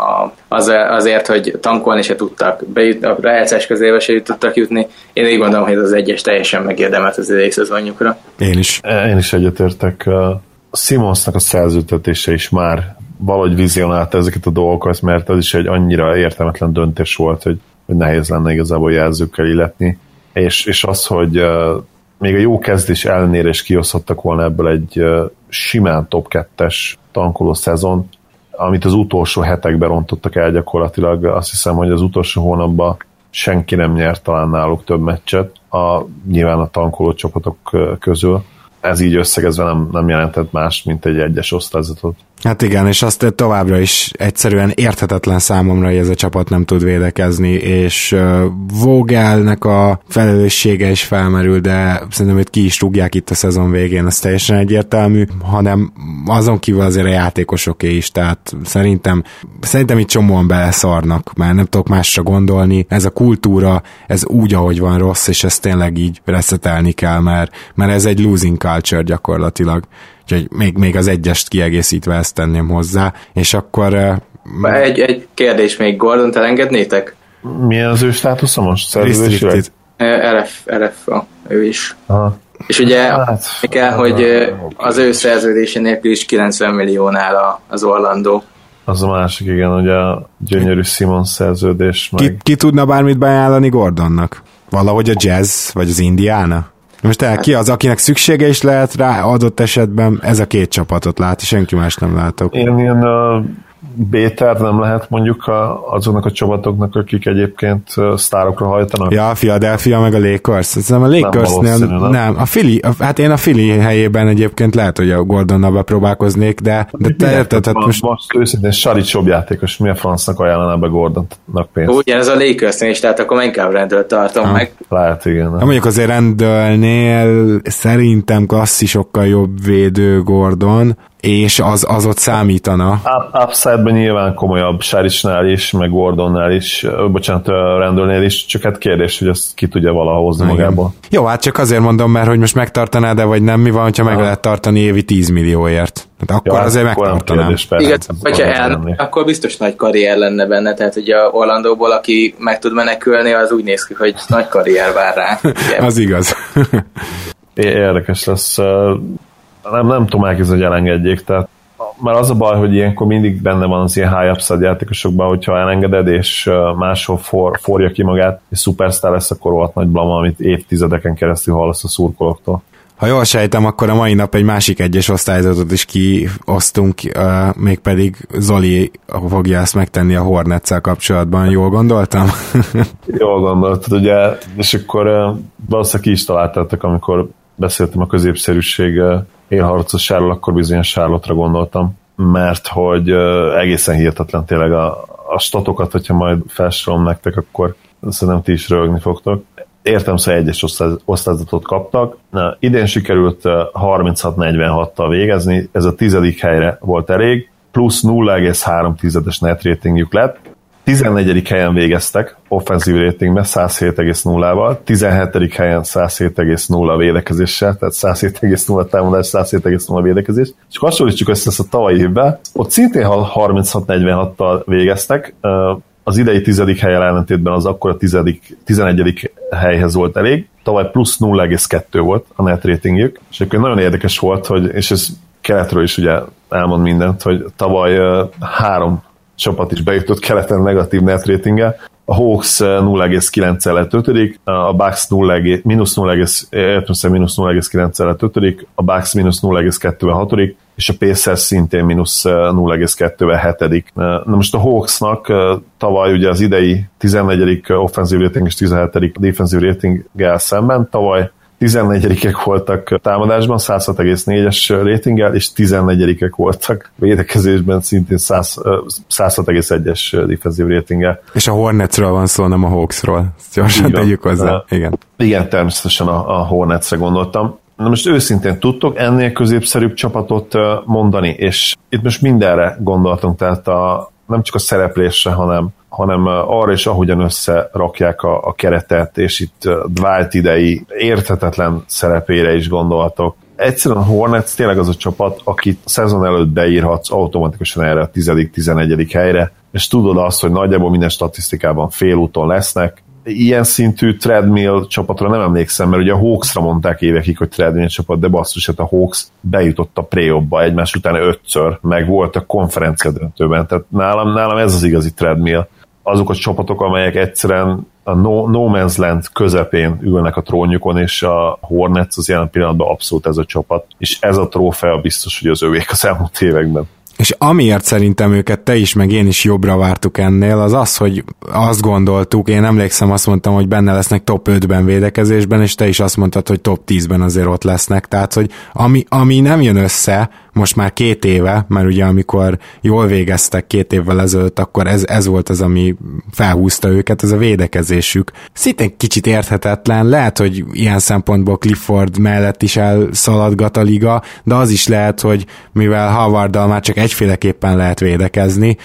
azért, hogy tankolni se tudtak, a rájátszás közébe se tudtak jutni. Én így gondolom, hogy az egyes teljesen megérdemelt az idei szezonjukra. Én is egyetértek. Simmonsnak a szerződtetése is már valahogy vizionálta ezeket a dolgokat, mert az is egy annyira értelmetlen döntés volt, hogy nehéz lenne igazából jelzőkkel illetni. És az, hogy még a jó kezdés ellenére is kihozhattak volna ebből egy simán top 2-es tankoló szezon, amit az utolsó hetekben rontottak el gyakorlatilag. Azt hiszem, hogy az utolsó hónapban senki nem nyert talán náluk több meccset, nyilván a tankoló csapatok közül. Ez így összegezve nem jelentett más, mint egy egyes osztályzatot. Hát igen, és azt továbbra is egyszerűen érthetetlen számomra, hogy ez a csapat nem tud védekezni, és Vogelnek a felelőssége is felmerül, de szerintem őt ki is rúgják itt a szezon végén, ez teljesen egyértelmű, hanem azon kívül azért a játékosoké is, tehát szerintem itt csomóan beleszarnak, mert nem tudok másra gondolni, ez a kultúra, ez úgy, ahogy van rossz, és ezt tényleg így reszetelni kell, mert ez egy losing culture gyakorlatilag. Úgyhogy még az egyest kiegészítve ezt tenném hozzá, és akkor... Egy kérdés még, Gordont elengednétek? Milyen az ő státusza most? Szerződésileg? RF, ő is. Aha. És ugye kell, hogy az ő szerződése nélkül is 90 milliónál az Orlandó. Az a másik, igen, ugye a gyönyörű Simmons szerződés. Ki tudna bármit beajánlani Gordonnak? Valahogy a Jazz, vagy az Indiana? Most ki az, akinek szüksége is lehet rá, adott esetben ez a 2 csapatot lát, és senki más nem látok. Ilyen B-terv nem lehet mondjuk azoknak a csapatoknak, akik egyébként sztárokra hajtanak? Ja, a Philadelphia meg a Lakers. Nem, a Lakersnél nem. A Philly, hát én a Philly helyében egyébként lehet, hogy a Gordonnal bepróbálkoznék, de te érted, hát most őszintén Saric jobb játékos, milyen francnak ajánlaná be Gordonnak pénzt? Ugyan ez a Lakersnél is, tehát akkor inkább Randall tartom meg. Lehet, igen. Mondjuk azért Randallnél szerintem klasszisokkal jobb védő Gordon, és az ott számítana. Upside-ben nyilván komolyabb Saricnál is, meg Gordonnál is, Randallnél is, csak hát kérdés, hogy ezt ki tudja valaha hozni magából. Jó, hát csak azért mondom, mert hogy most megtartanád, de vagy nem, mi van, hogyha meg lehet tartani évi 10 millióért. Hát akkor azért megtartanám. Igen, hogyha akkor biztos nagy karrier lenne benne, tehát ugye Orlandóból, aki meg tud menekülni, az úgy néz ki, hogy nagy karrier vár rá. Az igaz. Érdekes lesz. Nem tudom elképzelni, hogy elengedjék, tehát mert az a baj, hogy ilyenkor mindig benne van az ilyen high upside játékosokban, hogyha elengeded, és máshol forja ki magát, és szupersztár lesz, akkor volt nagy blama, amit évtizedeken keresztül hallasz a szurkolóktól. Ha jól sejtem, akkor a mai nap egy másik egyes osztályzatot is kiosztunk, mégpedig Zoli fogja ezt megtenni a Hornetszel kapcsolatban. Jól gondoltam? Jól gondoltad, ugye, és akkor valószínűleg ki is találtátok, amikor beszéltem a középszerűség élharcossáról, akkor bizony Charlotte-ra gondoltam, mert hogy egészen hihetetlen tényleg a statokat, hogyha majd felsorolom nektek, akkor szerintem ti is röhögni fogtok. Értelemszerűen egyes osztályzatot kaptak. Idén sikerült 36-46-tal végezni, ez a 10. helyre volt elég, plusz 0,3-es net ratingjük lett, 14. helyen végeztek offenzív ratingben 107,0-val, 17. helyen 107,0 védekezéssel, tehát 107,0 támadás, 107,0 védekezés. És hasonlítsuk össze ezt a tavalyi évben, ott szintén 36-46-tal végeztek, az idei 10. helyen ellentétben az akkor a 11. helyhez volt elég, tavaly plusz 0,2 volt a net ratingjük, és akkor nagyon érdekes volt, hogy, és ez keletről is ugye elmond mindent, hogy tavaly 3 csapat is bejutott keleten negatív net ratinggel. A Hawks 0,9-el lett 5., a Bucks mínusz 0,9-el lett 5., a Bucks mínusz 0,2-vel 6., és a Pacers szintén mínusz 0,2-vel 7. Na most a Hawksnak tavaly ugye az idei 14. offenzív rating és 17. defensív ratinggel szemben, tavaly 14-ek voltak támadásban, 106,4-es ratinggel, és 14-ek voltak védekezésben, szintén 106,1-es defensív ratinggel. És a Hornetsről van szó, nem a Hawksról. Gyorsan tegyük hozzá. Igen, természetesen a Hornetsre gondoltam. Na most őszintén tudtok ennél középszerűbb csapatot mondani, és itt most mindenre gondoltunk, tehát nem csak a szereplésre, hanem arra is, ahogyan összerakják a keretet, és itt Dwight idei érthetetlen szerepére is gondoltok. Egyszerűen a Hornets tényleg az a csapat, akit a szezon előtt beírhatsz automatikusan erre a 10.-11. helyre, és tudod azt, hogy nagyjából minden statisztikában félúton lesznek. Ilyen szintű treadmill csapatra nem emlékszem, mert ugye a Hawksra mondták évekig, hogy treadmill csapat, de basszus, hát a Hawks bejutott a play-offba egymás után 5-ször, meg volt a konferencia döntőben, tehát nálam ez az igazi treadmill. Azok a csapatok, amelyek egyszerűen a no man's land közepén ülnek a trónjukon, és a Hornets az jelen pillanatban abszolút ez a csapat, és ez a trófea biztos, hogy az övék az elmúlt években. És amiért szerintem őket te is, meg én is jobbra vártuk ennél, az az, hogy azt gondoltuk, én emlékszem, azt mondtam, hogy benne lesznek top 5-ben védekezésben, és te is azt mondtad, hogy top 10-ben azért ott lesznek, tehát, hogy ami nem jön össze, most már 2 éve, mert ugye amikor jól végeztek 2 évvel ezelőtt, akkor ez volt az, ami felhúzta őket, ez a védekezésük. Szintén kicsit érthetetlen, lehet, hogy ilyen szempontból Clifford mellett is elszaladgat a liga, de az is lehet, hogy mivel Howarddal már csak egyféleképpen lehet védekezni,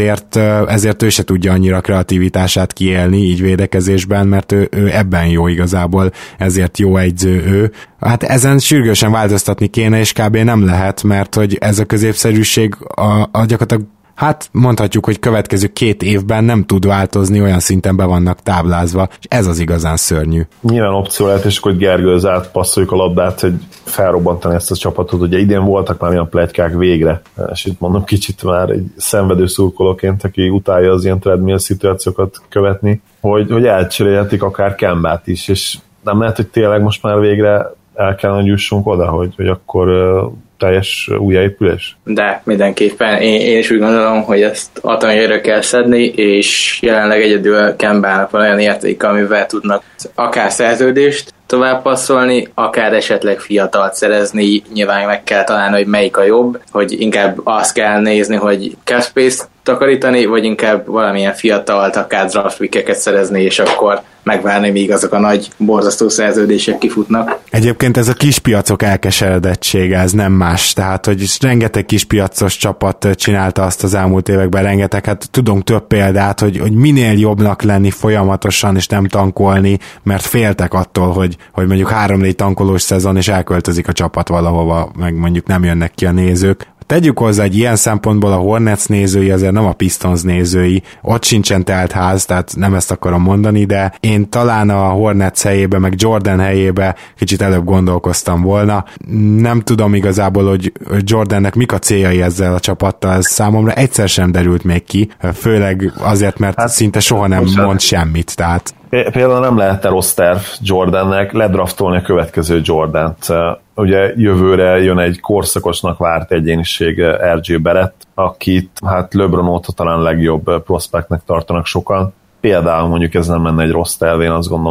ezért ő se tudja annyira kreativitását kiélni így védekezésben, mert ő ebben jó igazából, ezért jó egyző ő. Hát ezen sürgősen változtatni kéne, és kb. Nem lehet, mert hogy ez a középszerűség gyakorlatilag, hát mondhatjuk, hogy következő 2 évben nem tud változni, olyan szinten be vannak táblázva, és ez az igazán szörnyű. Nyilván opció lehet, és hogy Gergőhöz átpasszoljuk a labdát, hogy felrobbantani ezt a csapatot. Ugye idén voltak már olyan pletykák végre, és itt mondom kicsit már egy szenvedő szurkolóként, aki utálja az ilyen treadmill szituációkat követni, hogy elcserélhetik akár Kembát is, és nem lehet, hogy tényleg most már végre el kellene, hogy jussunk oda, hogy akkor teljes újjáépülés? De mindenképpen én is úgy gondolom, hogy ezt atomjára kell szedni, és jelenleg egyedül Kembának van olyan értéke, amivel tudnak akár szerződést tovább passzolni, akár esetleg fiatalt szerezni, nyilván meg kell találni, hogy melyik a jobb, hogy inkább azt kell nézni, hogy cap space takarítani, vagy inkább valamilyen fiatalt, akár draft pickeket szerezni, és akkor megvárni, míg azok a nagy, borzasztó szerződések kifutnak. Egyébként ez a kispiacok elkeseredettsége, ez nem más, tehát hogy rengeteg kispiacos csapat csinálta azt az elmúlt években, rengeteg, hát tudunk több példát, hogy minél jobbnak lenni folyamatosan, és nem tankolni, mert féltek attól, hogy mondjuk 3-4 tankolós szezon, és elköltözik a csapat valahova, meg mondjuk nem jönnek ki a nézők. Tegyük hozzá, hogy ilyen szempontból a Hornets nézői azért nem a Pistons nézői, ott sincsen telt ház, tehát nem ezt akarom mondani, de én talán a Hornets helyébe, meg Jordan helyébe kicsit előbb gondolkoztam volna. Nem tudom igazából, hogy Jordannek mik a céljai ezzel a csapattal, ez számomra egyszer sem derült még ki, főleg azért, mert szinte soha nem mond semmit, tehát például nem lehet rossz terv Jordannek ledraftolni a következő Jordant. Ugye jövőre jön egy korszakosnak várt egyéniség RJ Barrett, akit hát LeBron óta talán legjobb prospektnek tartanak sokan. Például mondjuk ez nem lenne egy rossz terv, én azt gondolom.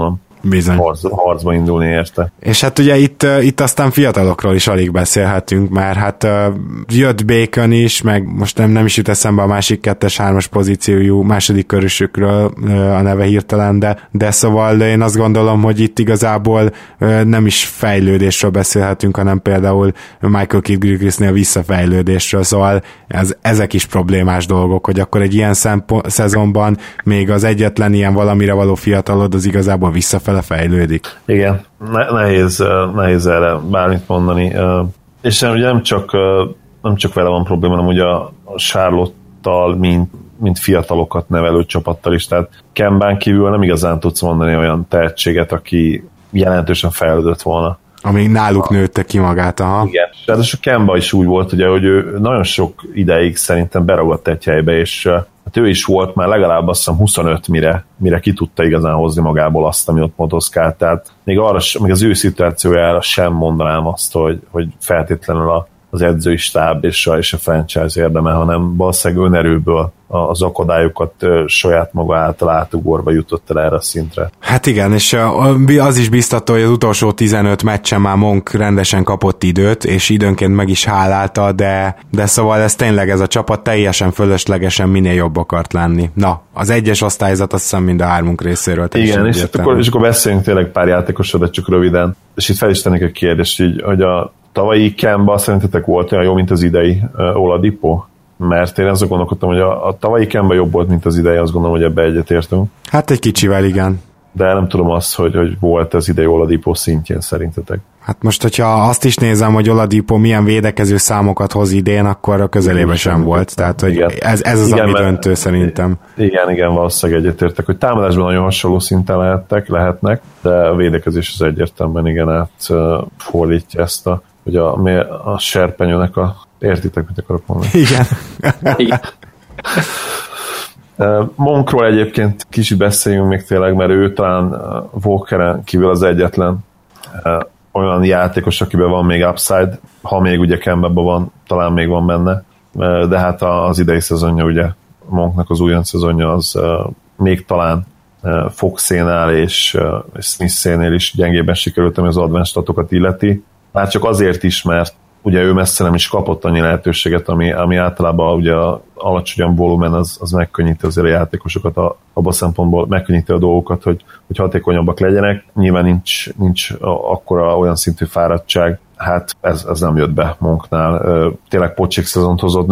Bizony. Harcba indulni érte. És hát ugye itt aztán fiatalokról is alig beszélhetünk, mert hát jött Bacon is, meg most nem is jut eszembe a másik 2-3-as pozíciójú második körösükről a neve hirtelen, de szóval én azt gondolom, hogy itt igazából nem is fejlődésről beszélhetünk, hanem például Michael Kidd-Gilchristnél visszafejlődésről, szóval ezek is problémás dolgok, hogy akkor egy ilyen szezonban még az egyetlen ilyen valamire való fiatalod az igazából visszafele fejlődik. Igen, nehéz erre bármit mondani. És ugye nem csak vele van probléma, hanem ugye a Charlotte-tal, mint fiatalokat nevelő csapattal is. Tehát Kembán kívül nem igazán tudsz mondani olyan tehetséget, aki jelentősen fejlődött volna. Ami náluk nőtte ki magát, aha. Igen. Tehát a Kemba is úgy volt, ugye, hogy ő nagyon sok ideig szerintem beragadt egy helybe, és hát ő is volt már legalább azt hiszem 25, mire ki tudta igazán hozni magából azt, ami ott motoszkált. Tehát még az ő szituációjára sem mondanám azt, hogy feltétlenül az edzői stáb és a franchise érdeme, hanem valószínűleg önerőből az akadályokat saját maga által átugorva jutott el erre a szintre. Hát igen, és az is biztató, hogy az utolsó 15 meccsen már Monk rendesen kapott időt, és időnként meg is hálálta, de szóval ez a csapat teljesen fölöslegesen minél jobb akart lenni. Na, az egyes osztályzat azt hiszem mind a hármunk részéről. Igen, és akkor beszéljünk tényleg pár játékosra, de csak röviden. És itt fel is tennék egy kérdést, így, hogy a tavalyi Kemba szerintetek volt olyan jó, mint az idei Oladipo? Mert én azt gondolkodtam, hogy a tavalyi Kemba jobb volt, mint az idei, azt gondolom, hogy ebbe egyetértünk. Hát egy kicsivel, igen. De nem tudom azt, hogy volt az idei Oladipo szintjén szerintetek. Hát most, hogyha azt is nézem, hogy Oladipo milyen védekező számokat hoz idén, akkor a közelében sem volt. Tehát, hogy ez az, ami döntő szerintem. Igen, valószínűleg egyetértek, hogy támadásban nagyon hasonló szinten lehetnek, de a védekezés az egyértelműen igen átfordítja ezt hogy a serpenyőnek értitek, mit akarok mondani? Igen. Monkról egyébként kicsit beszéljünk még tényleg, mert ő talán Walkeren kívül az egyetlen olyan játékos, akiben van még upside, ha még ugye Kembában van, talán még van benne, de hát az idei szezonja ugye Monknak az újon szezonja az még talán Foxénál és Smithsénél is gyengében sikerült, ami az advanced statokat illeti. Már csak azért is, mert ugye ő messze nem is kapott annyi lehetőséget, ami általában ugye alacsonyabb volumen az megkönnyíti azért a játékosokat, abban a szempontból megkönnyíti a dolgokat, hogy hatékonyabbak legyenek. Nyilván nincs akkora olyan szintű fáradtság, hát ez nem jött be Monknál. Tényleg pocsék szezont hozott,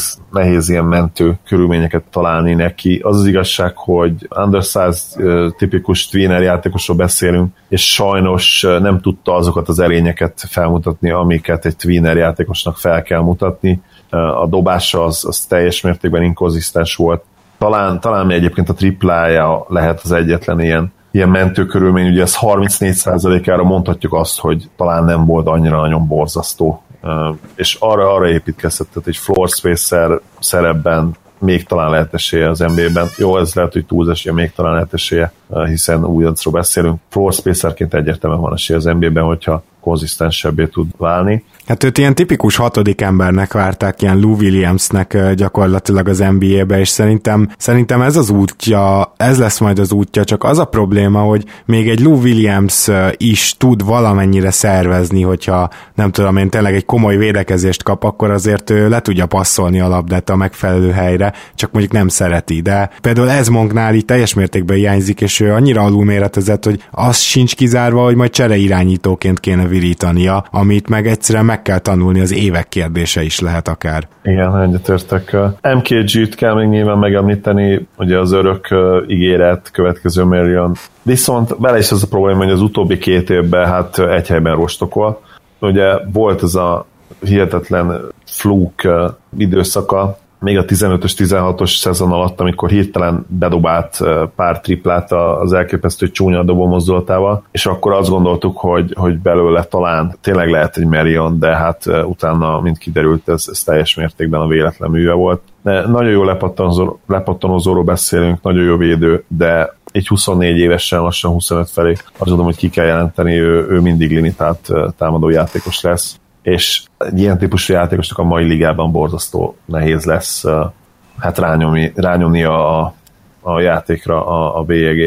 nehéz ilyen mentő körülményeket találni neki. Az igazság, hogy undersized tipikus tweener játékosról beszélünk, és sajnos nem tudta azokat az erényeket felmutatni, amiket egy tweener játékosnak fel kell mutatni. A dobása az teljes mértékben inkonzisztens volt. Talán egyébként a triplája lehet az egyetlen ilyen mentőkörülmény, ugye ez 34%-ára mondhatjuk azt, hogy talán nem volt annyira nagyon borzasztó. És arra építkezhetett, egy floor spacer szerepben még talán lehet esélye az NBA-ben. Jó, ez lehet, hogy túlzás, hogy még talán lehet esélye, hiszen újoncról beszélünk. Floor spacerként egyértelműen van esélye az NBA-ben, hogyha konzisztensebbé tud válni. Hát őt ilyen tipikus 6. embernek várták, ilyen Lou Williamsnek gyakorlatilag az NBA-be, és szerintem ez az útja, ez lesz majd az útja, csak az a probléma, hogy még egy Lou Williams is tud valamennyire szervezni, hogyha nem tudom én tényleg egy komoly védekezést kap, akkor azért ő le tudja passzolni a labdát a megfelelő helyre, csak mondjuk nem szereti, de például ez Monknál így teljes mértékben hiányzik, és ő annyira alulméretezett, hogy az sincs kizárva, hogy majd csereirányítóként kéne virítania, amit meg egyszerűen meg kell tanulni, az évek kérdése is lehet akár. Igen, egyetértek. MKG-t kell még nyilván megemlíteni, ugye az örök ígéret, következő Marion. Viszont vele is az a probléma, hogy az utóbbi 2 évben hát egy helyben rostokol. Ugye volt ez a hihetetlen fluke időszaka, még a 15-ös, 16-os szezon alatt, amikor hirtelen bedobált pár triplát az elképesztő csúnya dobó mozdulatával, és akkor azt gondoltuk, hogy belőle talán tényleg lehet egy Marion, de hát utána, mint kiderült, ez teljes mértékben a véletlen műve volt. De nagyon jó lepattanózóról beszélünk, nagyon jó védő, de egy 24 évesen, lassan 25 felé azt gondolom, hogy ki kell jelenteni, ő mindig limitált támadó játékos lesz, és egy ilyen típusú játékosnak a mai ligában borzasztó nehéz lesz hát rányomni a játékra a bélyegét.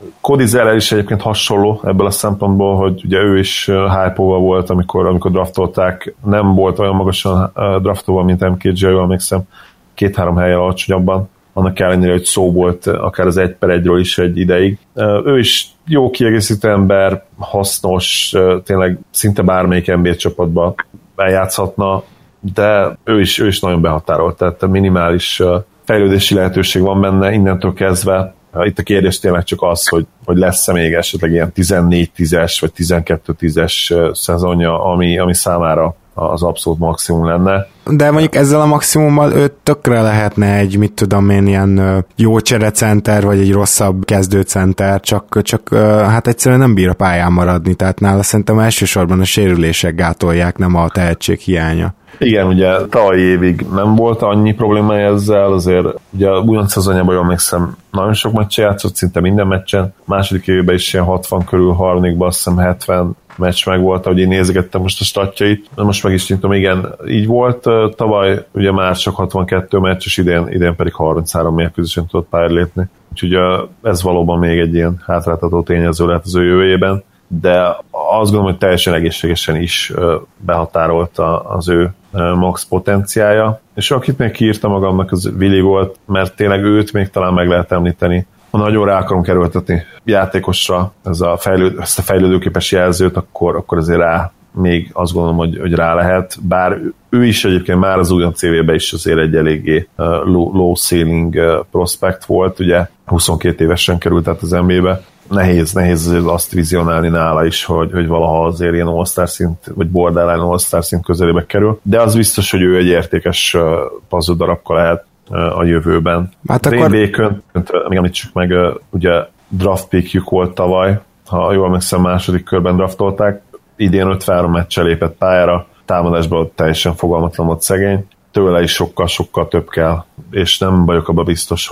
Cody Zeller is egyébként hasonló ebből a szempontból, hogy ugye ő is hype-óval volt, amikor draftolták, nem volt olyan magasan draftolva, mint MKG, jól emlékszem, 2-3 helyen alacsonyabban, annak ellenére, hogy szó volt akár az 1/1-ről is egy ideig. Ő is jó kiegészítő ember, hasznos, tényleg szinte bármelyik NBA csapatba eljátszhatna, de ő is nagyon behatárolt, tehát minimális fejlődési lehetőség van benne, innentől kezdve itt a kérdés tényleg csak az, hogy lesz-e még esetleg ilyen 14-10-es vagy 12-10-es szezonja, ami számára az abszolút maximum lenne. De mondjuk ezzel a maximummal ő tökre lehetne egy, mit tudom én, ilyen jó cserecenter, vagy egy rosszabb kezdőcenter, csak hát egyszerűen nem bír a pályán maradni, tehát nála szerintem elsősorban a sérülések gátolják, nem a tehetség hiánya. Igen, ugye tavalyi évig nem volt annyi problémája ezzel, azért ugye újonc szezonjában jól emlékszem, nagyon sok meccsen játszott, szinte minden meccsen, második évben is ilyen 60 körül, harmadikban azt hiszem 70 meccs meg volt, ahogy én nézegettem most a statjait, most meg is nyitom, igen, így volt, tavaly ugye már csak 62 meccs, és idén pedig 33 mérkőzésen tudott pályára lépni, úgyhogy ez valóban még egy ilyen hátráltató tényező lehet az ő jövőjében, de azt gondolom, hogy teljesen egészségesen is behatárolt az ő max potenciája, és akit még kiírta magamnak, az Willi volt, mert tényleg őt még talán meg lehet említeni. Ha nagyon rá akarom kerültetni játékosra ezt a fejlődőképes jelzőt, akkor azért rá még azt gondolom, hogy rá lehet, bár ő is egyébként már az újon CV-ben is azért egy eléggé low ceiling prospect volt, ugye 22 évesen került át az NBA-be, nehéz azért azt vizionálni nála is, hogy valaha azért ilyen all-star szint, vagy borderline all-star szint közelébe kerül, de az biztos, hogy ő egy értékes puzzle darabka lehet a jövőben. Hát akkor... Bacon, még említsük meg, ugye draft pickjük volt tavaly, ha jól emlékszem, második körben draftolták, idén 53 meccsel lépett pályára, támadásban teljesen fogalmatlan volt szegény, tőle is sokkal több kell, és nem vagyok abban biztos,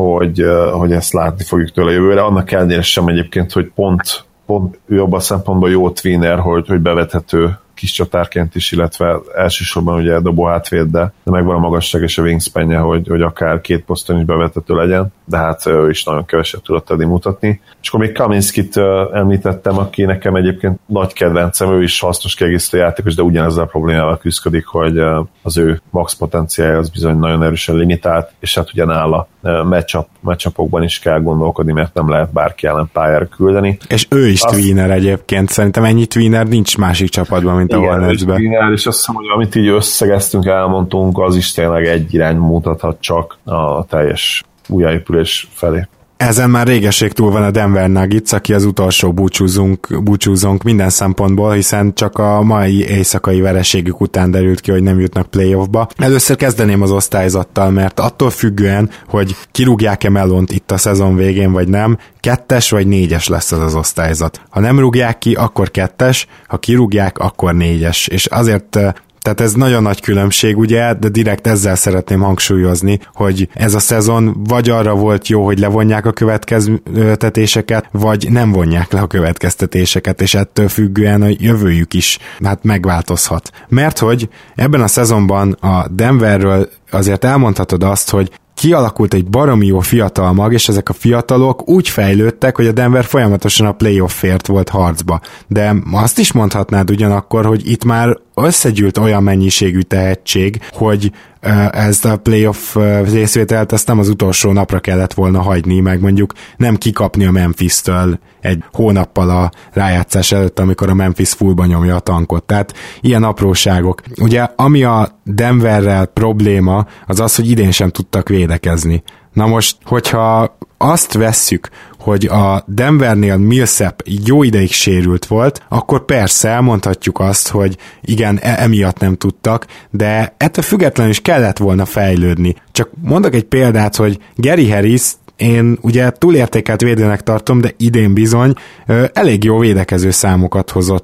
hogy ezt látni fogjuk tőle jövőre. Annak ellenére sem egyébként, hogy pont ő abban a szempontból jó tweener, hogy bevethető kis csatárként is, illetve elsősorban ugye dobó hátvéd, de megvan a magasság és a wingspanje, hogy akár két poszton is bevethető legyen, de hát ő is nagyon keveset tudott eddig mutatni. És akkor még Kaminskit említettem, aki nekem egyébként nagy kedvencem, ő is hasznos kiegészítő játékos, de ugyanezzel a problémával küzdik, hogy az ő max potenciálja az bizony nagyon erősen limitált, és hát ugye nála matchupokban is kell gondolkodni, mert nem lehet bárki ellen pályára küldeni. És ő is tweener egyébként, szerintem ennyi tweener nincs másik csapatban, mint a Hornetsben. Igen, és azt hiszem, hogy amit így összegeztünk, elmondtunk, az is tényleg egy irány mutathat csak a teljes újjáépülés felé. Ezen már régesség túl van a Denver Nuggets, aki az utolsó búcsúzónk minden szempontból, hiszen csak a mai éjszakai vereségük után derült ki, hogy nem jutnak playoffba. Először kezdeném az osztályzattal, mert attól függően, hogy kirúgják-e Melont itt a szezon végén, vagy nem, 2-es vagy 4-es lesz az osztályzat. Ha nem rúgják ki, akkor 2-es, ha kirúgják, akkor 4-es. És azért tehát ez nagyon nagy különbség, ugye, de direkt ezzel szeretném hangsúlyozni, hogy ez a szezon vagy arra volt jó, hogy levonják a következtetéseket, vagy nem vonják le a következtetéseket, és ettől függően a jövőjük is hát megváltozhat. Mert hogy ebben a szezonban a Denverről azért elmondhatod azt, hogy kialakult egy baromi jó fiatal mag, és ezek a fiatalok úgy fejlődtek, hogy a Denver folyamatosan a playoffért volt harcba. De azt is mondhatnád ugyanakkor, hogy itt már összegyűlt olyan mennyiségű tehetség, hogy ezt a playoff részvételt azt nem az utolsó napra kellett volna hagyni, meg mondjuk nem kikapni a Memphis-től egy hónappal a rájátszás előtt, amikor a Memphis fullba nyomja a tankot. Tehát ilyen apróságok. Ugye, ami a Denverrel probléma, az az, hogy idén sem tudtak védekezni. Na most, hogyha azt vesszük, hogy a Denvernél Millsap jó ideig sérült volt, akkor persze elmondhatjuk azt, hogy igen, emiatt nem tudtak, de ettől függetlenül is kellett volna fejlődni. Csak mondok egy példát, hogy Gary Harris, én ugye túlértékelt védőnek tartom, de idén bizony elég jó védekező számokat hozott.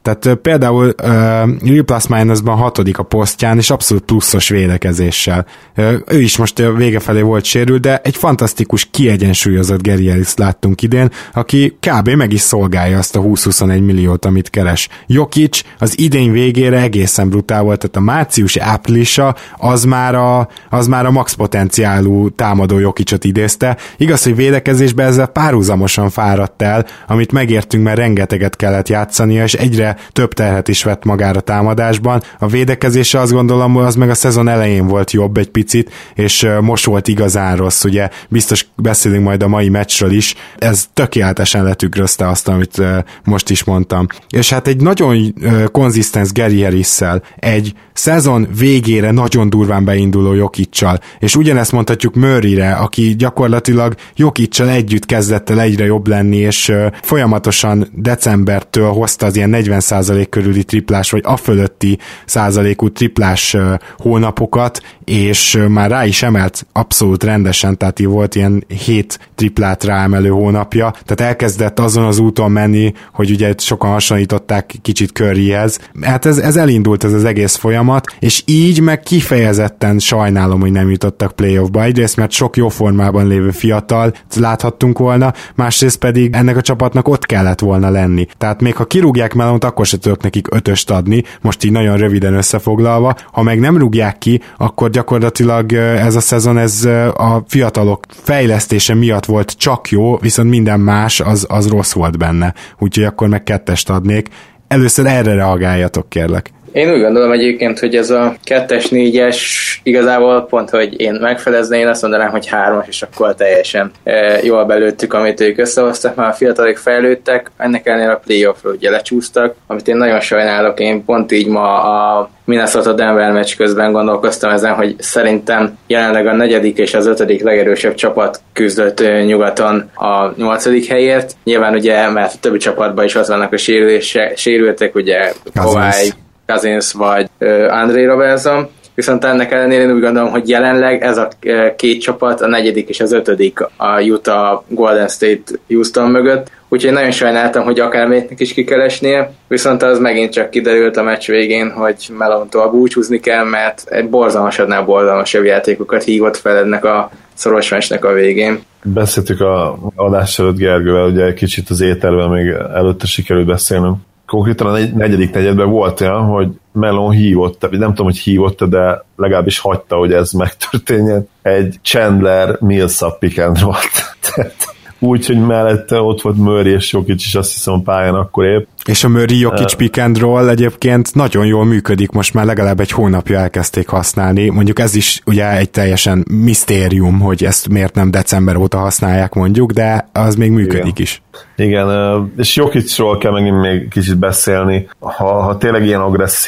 Tehát például Real Plus Minusban 6. a posztján, és abszolút pluszos védekezéssel. Ő is most a vége felé volt sérült, de egy fantasztikus, kiegyensúlyozott Gary Harris láttunk idén, aki kb. Meg is szolgálja azt a 20-21 milliót, amit keres. Jokic az idén végére egészen brutál volt, tehát a március-áprilisa az már a max potenciálú támadó Jokicot idézte. Igaz, hogy védekezésben ezzel párhuzamosan fáradt el, amit megértünk, mert rengeteget kellett játszania, és egyre több terhet is vett magára támadásban. A védekezése azt gondolom, hogy az meg a szezon elején volt jobb egy picit, és most volt igazán rossz, ugye biztos beszélünk majd a mai meccsről is, ez tökéletesen letükrözte azt, amit most is mondtam. És hát egy nagyon konzisztens Gary Harris-szel, egy szezon végére nagyon durván beinduló Jokic-sal, és ugyanezt mondhatjuk Murrayre, aki gyakorlatilag Jokic-sal együtt kezdett el egyre jobb lenni, és folyamatosan decembertől hozta az ilyen 40% körüli triplás, vagy afölötti százalékú triplás hónapokat, és már rá is emelt abszolút rendesen, tehát így volt ilyen 7 triplát ráemelő hónapja, tehát elkezdett azon az úton menni, hogy ugye sokan hasonlították kicsit Curryhez. Hát ez elindult ez az egész folyamat, és így meg kifejezetten sajnálom, hogy nem jutottak playoffba. Egyrészt, mert sok jó formában lévő fiatal láthattunk volna, másrészt pedig ennek a csapatnak ott kellett volna lenni. Tehát még ha kirúgják Melont, akkor se tudok nekik 5-öst adni, most így nagyon röviden összefoglalva. Ha meg nem rúgják ki, akkor gyakorlatilag ez a szezon ez a fiatalok fejlesztése miatt volt csak jó, viszont minden más az rossz volt benne. Úgyhogy akkor meg 2-est adnék. Először erre reagáljatok, kérlek. Én úgy gondolom egyébként, hogy ez a 2-es, 4-es igazából pont, hogy én megfelezni, én azt mondanám, hogy 3-as, és akkor teljesen jól belőttük, amit ők összehoztak, már a fiatalok fejlődtek, ennek ellenére a playoffról ugye lecsúsztak, amit én nagyon sajnálok, én pont így ma a Minnesota-Denver meccs közben gondolkoztam ezen, hogy szerintem jelenleg a 4. és az 5. legerősebb csapat küzdött nyugaton a 8. helyért. Nyilván ugye, mert a többi csapatban is ott vannak a sérültek, ugye Kawhi, Cousins vagy Andre Robertson, viszont ennek ellenére én úgy gondolom, hogy jelenleg ez a két csapat, a 4. és az 5. a Utah, Golden State, Houston mögött, úgyhogy nagyon sajnáltam, hogy akármelyiknek is ki kell esnie, viszont az megint csak kiderült a meccs végén, hogy Melontól búcsúzni kell, mert egy borzalmasabbnál borzalmasabb játékokat hívott fel ennek a szoros meccsnek a végén. Beszéltük a adás előtt Gergővel, ugye egy kicsit az ételben még előtte sikerült beszélnünk. Konkrétan a 4. negyedben volt olyan, hogy Melon hívott, nem tudom, hogy hívott, de legalábbis hagyta, hogy ez megtörténjen. Egy Chandler Millsap pick and roll. Úgy, hogy mellette ott volt Murray és Jokic is, azt hiszem a pályán akkor épp. És a Murray Jokic pick and roll egyébként nagyon jól működik, most már legalább egy hónapja elkezdték használni. Mondjuk ez is ugye egy teljesen misztérium, hogy ezt miért nem december óta használják mondjuk, de az még működik is. Igen, és Jokicról kell megint még kicsit beszélni. Ha tényleg ilyen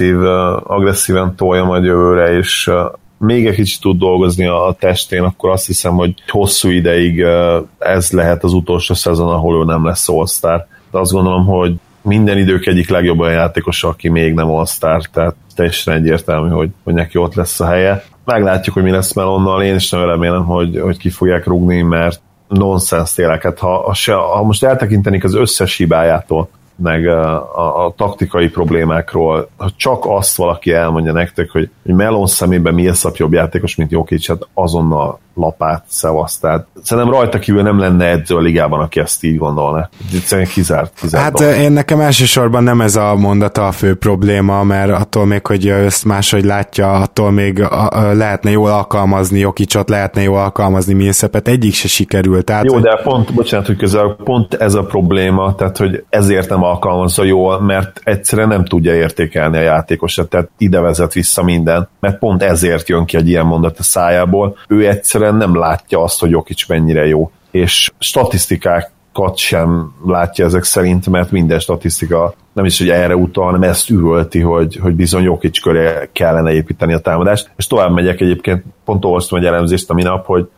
agresszíven tolja majd jövőre, és még egy kicsit tud dolgozni a testén, akkor azt hiszem, hogy hosszú ideig ez lehet az utolsó szezon, ahol ő nem lesz All-Star. De azt gondolom, hogy minden idők egyik legjobb olyan játékos, aki még nem All-Star, tehát teljesen egyértelmű, hogy neki ott lesz a helye. Meglátjuk, hogy mi lesz Melonnal, én is nagyon remélem, hogy ki fogják rúgni, mert nonsens tényleg. Hát ha most eltekintenik az összes hibájától, meg a taktikai problémákról, ha csak azt valaki elmondja nektek, hogy Melon szemében Millsap jobb játékos, mint Jokic, hát azonnal lapát, szevasz. Tehát szerintem rajta kívül nem lenne edző a ligában, aki ezt így gondolna. Egyszerűen kizárt. Hát én nekem elsősorban nem ez a mondata a fő probléma, mert attól még, hogy ezt máshogy látja, attól még lehetne jól alkalmazni Jokicot, lehetne jól alkalmazni Millsapet, egyik se sikerült. Tehát, jó, de bocsánat, hogy közel, pont ez a probléma, tehát hogy ezért nem alkalmazza jól, mert egyszerűen nem tudja értékelni a játékosat, tehát ide vezet vissza minden, mert pont ezért jön ki egy ilyen mondat a szájából. Ő egyszerűen nem látja azt, hogy Jokic mennyire jó, és statisztikákat sem látja ezek szerint, mert minden statisztika nem is, hogy erre utal, hanem ezt üvölti, hogy bizony Jokic köré kellene építeni a támadást, és tovább megyek egyébként, pont olvastam egy elemzést a minap, hogy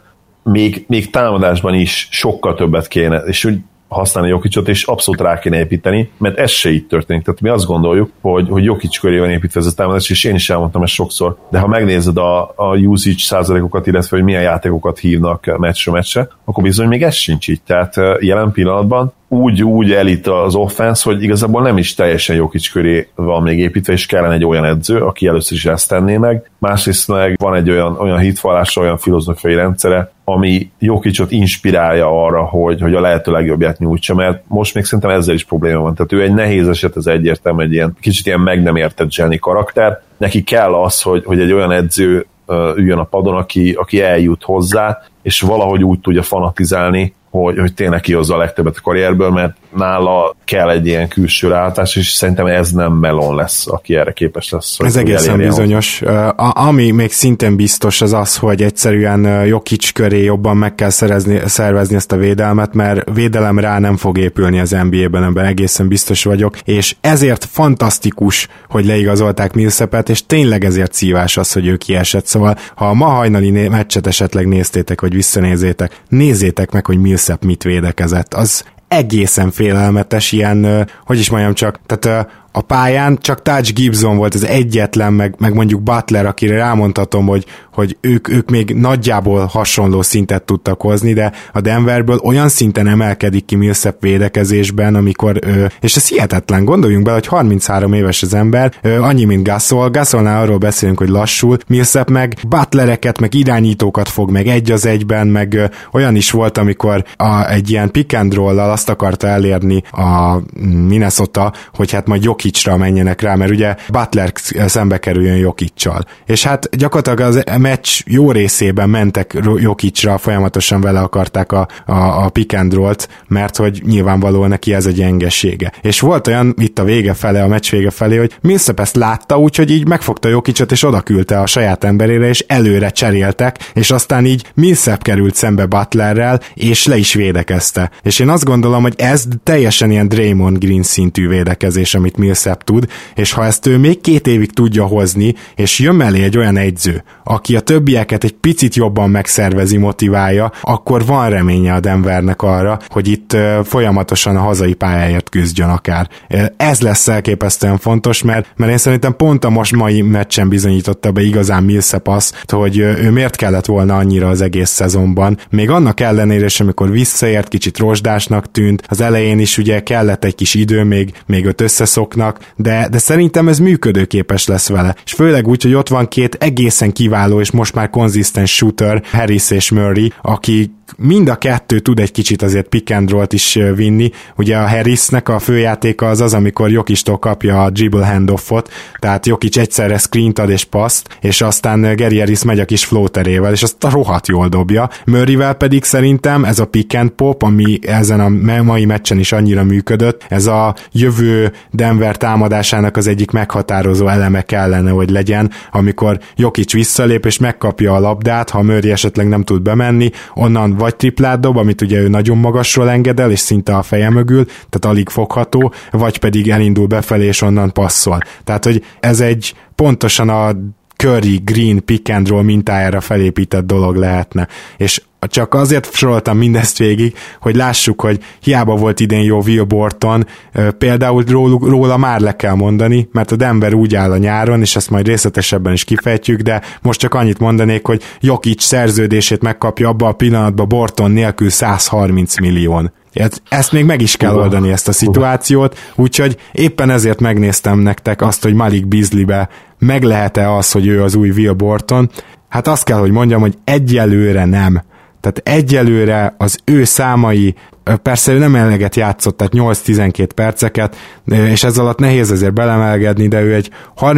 még támadásban is sokkal többet kéne, és úgy használni Jokicot, és abszolút rá kéne építeni, mert ez se így történik. Tehát mi azt gondoljuk, hogy Jokic köré van építve ez a támadás, és én is elmondtam ezt sokszor, de ha megnézed a usage százalékokat, illetve hogy milyen játékokat hívnak meccsre, akkor bizony még ez sincs így. Tehát jelen pillanatban úgy elit az offense, hogy igazából nem is teljesen Jokic köré van még építve, és kellene egy olyan edző, aki először is ezt tenné meg. Másrészt meg van egy olyan hitvallása, olyan filozófiai rendszere, ami Jokicot inspirálja arra, hogy a lehető legjobbját nyújtsa, mert most még szerintem ezzel is probléma van. Tehát ő egy nehéz eset, ez egyértelmű, egy ilyen kicsit ilyen meg nem értett zseni karakter. Neki kell az, hogy egy olyan edző üljön a padon, aki eljut hozzá, és valahogy úgy tudja fanatizálni, hogy tényleg kihozza a legtöbbet a karrierből, mert nála kell egy ilyen külső ráhatás, és szerintem ez nem Melon lesz, aki erre képes lesz. Ez egészen bizonyos. Ami még szintén biztos az az, hogy egyszerűen Jokic köré jobban meg kell szervezni ezt a védelmet, mert védelem rá nem fog épülni az NBA-ben, ebben egészen biztos vagyok, és ezért fantasztikus, hogy leigazolták Millsapet, és tényleg ezért szívás az, hogy ő kiesett. Szóval, ha a ma hajnali meccset esetleg néztétek, vagy visszanézzétek, nézzétek meg, hogy Millsap mit védekezett. Az egészen félelmetes, ilyen, hogy is mondjam csak, tehát a pályán csak Taj Gibson volt az egyetlen, meg mondjuk Butler, akire rámondhatom, hogy ők még nagyjából hasonló szintet tudtak hozni, de a Denverből olyan szinten emelkedik ki Millsap védekezésben, amikor, és ez hihetetlen, gondoljunk bele, hogy 33 éves az ember, annyi, mint Gasolnál arról beszélünk, hogy lassul, Millsap meg Butlereket, meg irányítókat fog meg egy az egyben, meg olyan is volt, amikor egy ilyen pick and roll-lal azt akarta elérni a Minnesota, hogy hát majd Jokicra menjenek rá, mert ugye Butler szembe kerüljön Jokiccal. És hát gyakorlatilag az meccs jó részében mentek Jokicra, folyamatosan vele akarták a pick and roll-t, mert hogy nyilvánvalóan neki ez a gyengesége. És volt olyan itt a vége fele, a meccs vége felé, hogy Millsap ezt látta, úgyhogy így megfogta Jokicot, és oda küldte a saját emberére, és előre cseréltek, és aztán így Millsap került szembe Butlerrel, és le is védekezte. És én azt gondolom, hogy ez teljesen ilyen Draymond Green szintű védekezés, amit Millsap tud, és ha ezt ő még 2 évig tudja hozni, és jön mellé egy olyan edző, aki a többieket egy picit jobban megszervezi, motiválja, akkor van reménye a Denvernek arra, hogy itt folyamatosan a hazai pályáért küzdjön akár. Ez lesz elképesztően fontos, mert én szerintem pont a most mai meccsen bizonyította be igazán Millsap azt, hogy ő miért kellett volna annyira az egész szezonban. Még annak ellenére is, amikor visszaért, kicsit rozsdásnak tűnt, az elején is ugye kellett egy kis idő, még őt összeszoknak, de szerintem ez működőképes lesz vele. És főleg úgy, hogy ott van 2 egészen kiváló és most már konzisztens shooter, Harris és Murray, aki mind a 2 tud egy kicsit azért pick and roll-t is vinni. Ugye a Harrisnek a főjátéka az, amikor Jokictól kapja a dribble handoffot, tehát Jokic egyszerre screent ad és paszt, és aztán Gary Harris megy a kis floaterével, és azt rohadt jól dobja. Murrayvel pedig szerintem ez a pick and pop, ami ezen a mai meccsen is annyira működött, ez a jövő Denver támadásának az egyik meghatározó eleme kellene, hogy legyen, amikor Jokic visszalép és megkapja a labdát, ha Murray esetleg nem tud bemenni, onnan vagy triplát dob, amit ugye ő nagyon magasról enged el, és szinte a feje mögül, tehát alig fogható, vagy pedig elindul befelé, és onnan passzol. Tehát, hogy ez egy pontosan a Curry, Green, pick and roll mintájára felépített dolog lehetne. És csak azért soroltam mindezt végig, hogy lássuk, hogy hiába volt idén jó Will Borton, például róla már le kell mondani, mert a Denver úgy áll a nyáron, és ezt majd részletesebben is kifejtjük, de most csak annyit mondanék, hogy Jokic szerződését megkapja abba a pillanatban Borton nélkül 130 millió. Ezt még meg is kell oldani, ezt a szituációt, úgyhogy éppen ezért megnéztem nektek azt, hogy Malik Beasleybe meg lehet-e az, hogy ő az új Will Borton. Hát azt kell, hogy mondjam, hogy egyelőre nem. Tehát egyelőre az ő számai, persze ő nem eleget játszott, tehát 8-12 perceket, és ez alatt nehéz azért belemelkedni, de ő egy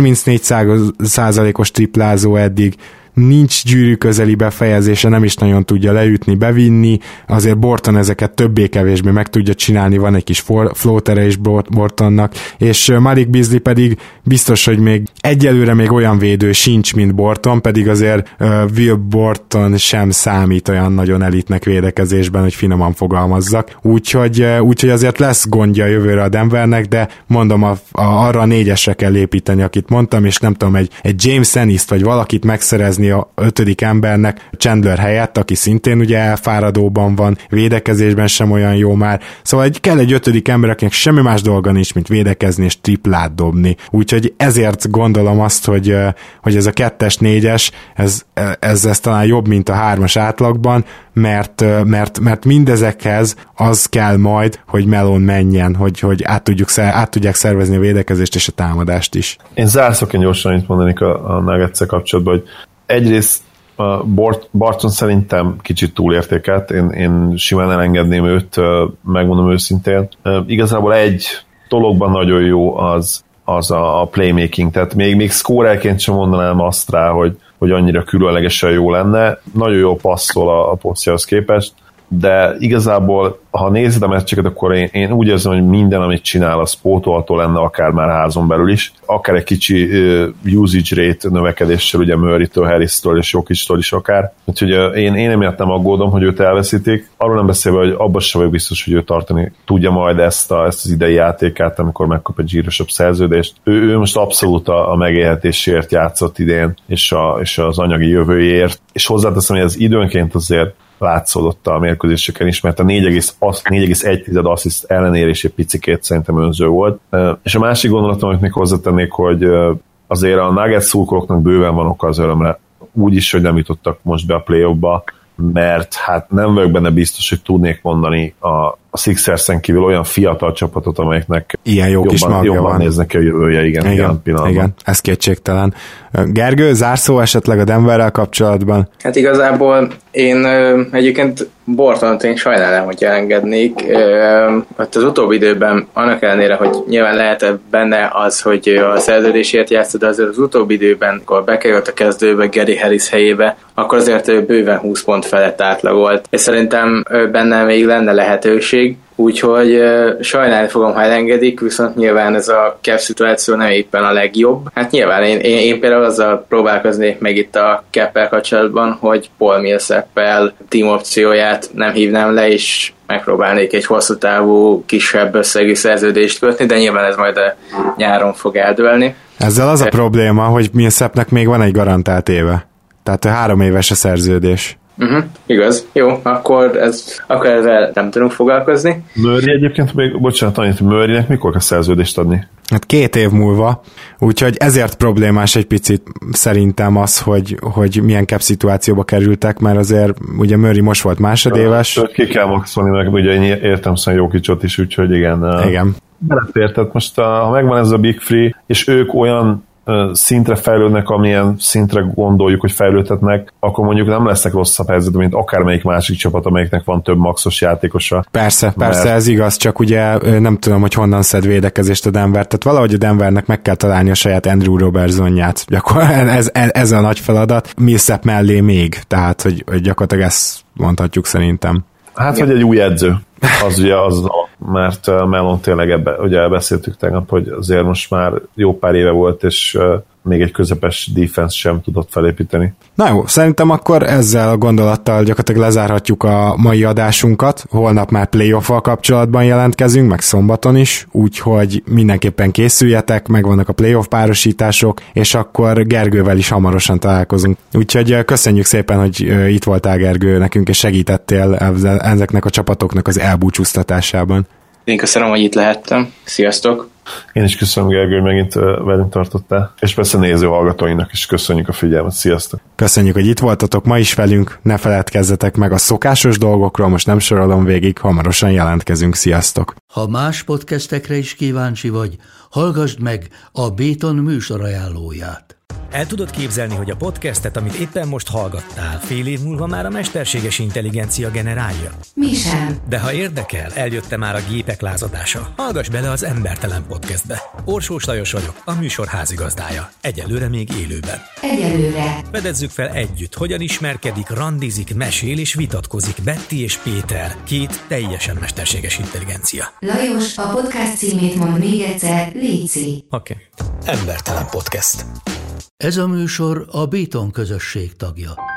34%-os triplázó eddig, nincs gyűrű közeli befejezése, nem is nagyon tudja leütni, bevinni, azért Borton ezeket többé-kevésbé meg tudja csinálni, van egy kis floatere is Bortonnak, és Malik Beasley pedig biztos, hogy még egyelőre még olyan védő sincs, mint Borton, pedig azért Will Borton sem számít olyan nagyon elitnek védekezésben, hogy finoman fogalmazzak, úgyhogy azért lesz gondja jövőre a Denvernek, de mondom, arra a 4-esre kell építeni, akit mondtam, és nem tudom, egy James Ennis-t vagy valakit megszerezni, szervezni a 5. embernek Chandler helyett, aki szintén ugye elfáradóban van, védekezésben sem olyan jó már. Szóval kell egy 5. ember, akinek semmi más dolga nincs, mint védekezni és triplát dobni. Úgyhogy ezért gondolom azt, hogy ez a 2-es, 4-es, ez talán jobb, mint a 3-as átlagban, mert mindezekhez az kell majd, hogy Melon menjen, hogy át tudják szervezni a védekezést és a támadást is. Én zárszóként gyorsan itt mondanék a Nuggets-szel kapcsolatban, hogy egyrészt Barton szerintem kicsit túlértékelt, én simán elengedném őt, megmondom őszintén. Igazából egy dologban nagyon jó az a playmaking, tehát még scorerként sem mondanám azt rá, hogy annyira különlegesen jó lenne. Nagyon jó passzol a posztjához képest, de igazából, ha nézed a meccseket, akkor én úgy érzem, hogy minden, amit csinál, az pótolható lenne akár már házon belül is. Akár egy kicsi usage rate növekedéssel, ugye Murray-től, Harris-től és Jokictól is akár. Úgyhogy én emiatt nem aggódom, hogy őt elveszítik. Arról nem beszélve, hogy abban sem vagyok biztos, hogy ő tartani tudja majd ezt az idei játékát, amikor megkap egy zsírosabb szerződést. Ő most abszolút a megélhetésért játszott idén, és az anyagi jövőjéért. És hozzáteszem, hogy ez időnként azért látszódott a mérkőzéseken is, mert a 4,1 assziszt ellenére is egy picikét szerintem önző volt. És a másik gondolatom, amit még hozzátennék, hogy azért a Nuggets szurkolóknak bőven van oka az örömre. Úgy is, hogy nem jutottak most be a play-offba, mert hát nem vagyok benne biztos, hogy tudnék mondani a Sixersen kívül olyan fiatal csapatot, amelyeknek ilyen jó kis magja van. Néznek ki a jövője, igen, ez kétségtelen. Gergő, zárszó esetleg a Denverrel kapcsolatban? Hát igazából én egyébként Bortont én sajnálom, hogy elengednék. Hát az utóbbi időben annak ellenére, hogy nyilván lehet benne az, hogy a szerződésért játszott, de azért az utóbbi időben, amikor bekerült a kezdőbe Gary Harris helyébe, akkor azért ő bőven 20 pont felett átlagolt. És szerintem benne még lenne lehetőség, úgyhogy sajnálni fogom, ha elengedik, viszont nyilván ez a cap szituáció nem éppen a legjobb. Hát nyilván én például azzal próbálkoznék meg itt a cap-el kapcsolatban, hogy Paul Millsap-el team opcióját nem hívnám le, és megpróbálnék egy hosszú távú, kisebb összegű szerződést kötni, de nyilván ez majd a nyáron fog eldőlni. Ezzel az a probléma, hogy Millsapnek még van egy garantált éve. Tehát 3 éves a szerződés. Igaz. Jó, akkor ezzel nem tudunk foglalkozni. Murray egyébként még, bocsánat, annyit, Murraynek mikor kell szerződést adni? Hát 2 év múlva, úgyhogy ezért problémás egy picit szerintem az, hogy milyen cap szituációba kerültek, mert azért ugye Murray most volt másodéves. Ki kell maxolni, meg ugye én értem szóval Jokicot is, úgyhogy igen. Igen. Belefér, tehát most ha megvan ez a Big Free, és ők olyan szintre fejlődnek, amilyen szintre gondoljuk, hogy fejlődhetnek, akkor mondjuk nem lesznek rosszabb helyzetben, mint akármelyik másik csapat, amelyiknek van több maxos játékosa. Persze, ez igaz, csak ugye nem tudom, hogy honnan szed védekezést a Denver, tehát valahogy a Denvernek meg kell találni a saját Andrew Robertsonját. Ez a nagy feladat, Millsap mellé még, tehát hogy gyakorlatilag ezt mondhatjuk szerintem. Hát, hogy egy új edző. Az ugye az, mert Melon tényleg ugye beszéltük tegnap, hogy azért most már jó pár éve volt, és még egy közepes defense sem tudott felépíteni. Na jó, szerintem akkor ezzel a gondolattal gyakorlatilag lezárhatjuk a mai adásunkat. Holnap már playoff-val kapcsolatban jelentkezünk, meg szombaton is, úgyhogy mindenképpen készüljetek, megvannak a playoff párosítások, és akkor Gergővel is hamarosan találkozunk. Úgyhogy köszönjük szépen, hogy itt voltál, Gergő, nekünk, és segítettél ezeknek a csapatoknak az elbúcsúztatásában. Én köszönöm, hogy itt lehettem. Sziasztok! Én is köszönöm, Gergő, hogy megint velünk tartottál. És persze néző hallgatóinak is köszönjük a figyelmet. Sziasztok! Köszönjük, hogy itt voltatok ma is velünk. Ne feledkezzetek meg a szokásos dolgokról, most nem sorolom végig, hamarosan jelentkezünk. Sziasztok! Ha más podcastekre is kíváncsi vagy, hallgassd meg a Béton műsor ajánlóját. El tudod képzelni, hogy a podcastet, amit éppen most hallgattál, fél év múlva már a mesterséges intelligencia generálja? Mi sem. De ha érdekel, eljött már a gépek lázadása. Hallgass bele az Embertelen Podcastbe. Orsós Lajos vagyok, a műsor házigazdája. Egyelőre még élőben. Egyelőre. Fedezzük fel együtt, hogyan ismerkedik, randizik, mesél és vitatkozik Betty és Péter, 2 teljesen mesterséges intelligencia. Lajos, a podcast címét mond még egyszer, léci. Oké. Embertelen Podcast. Ez a műsor a Béton közösség tagja.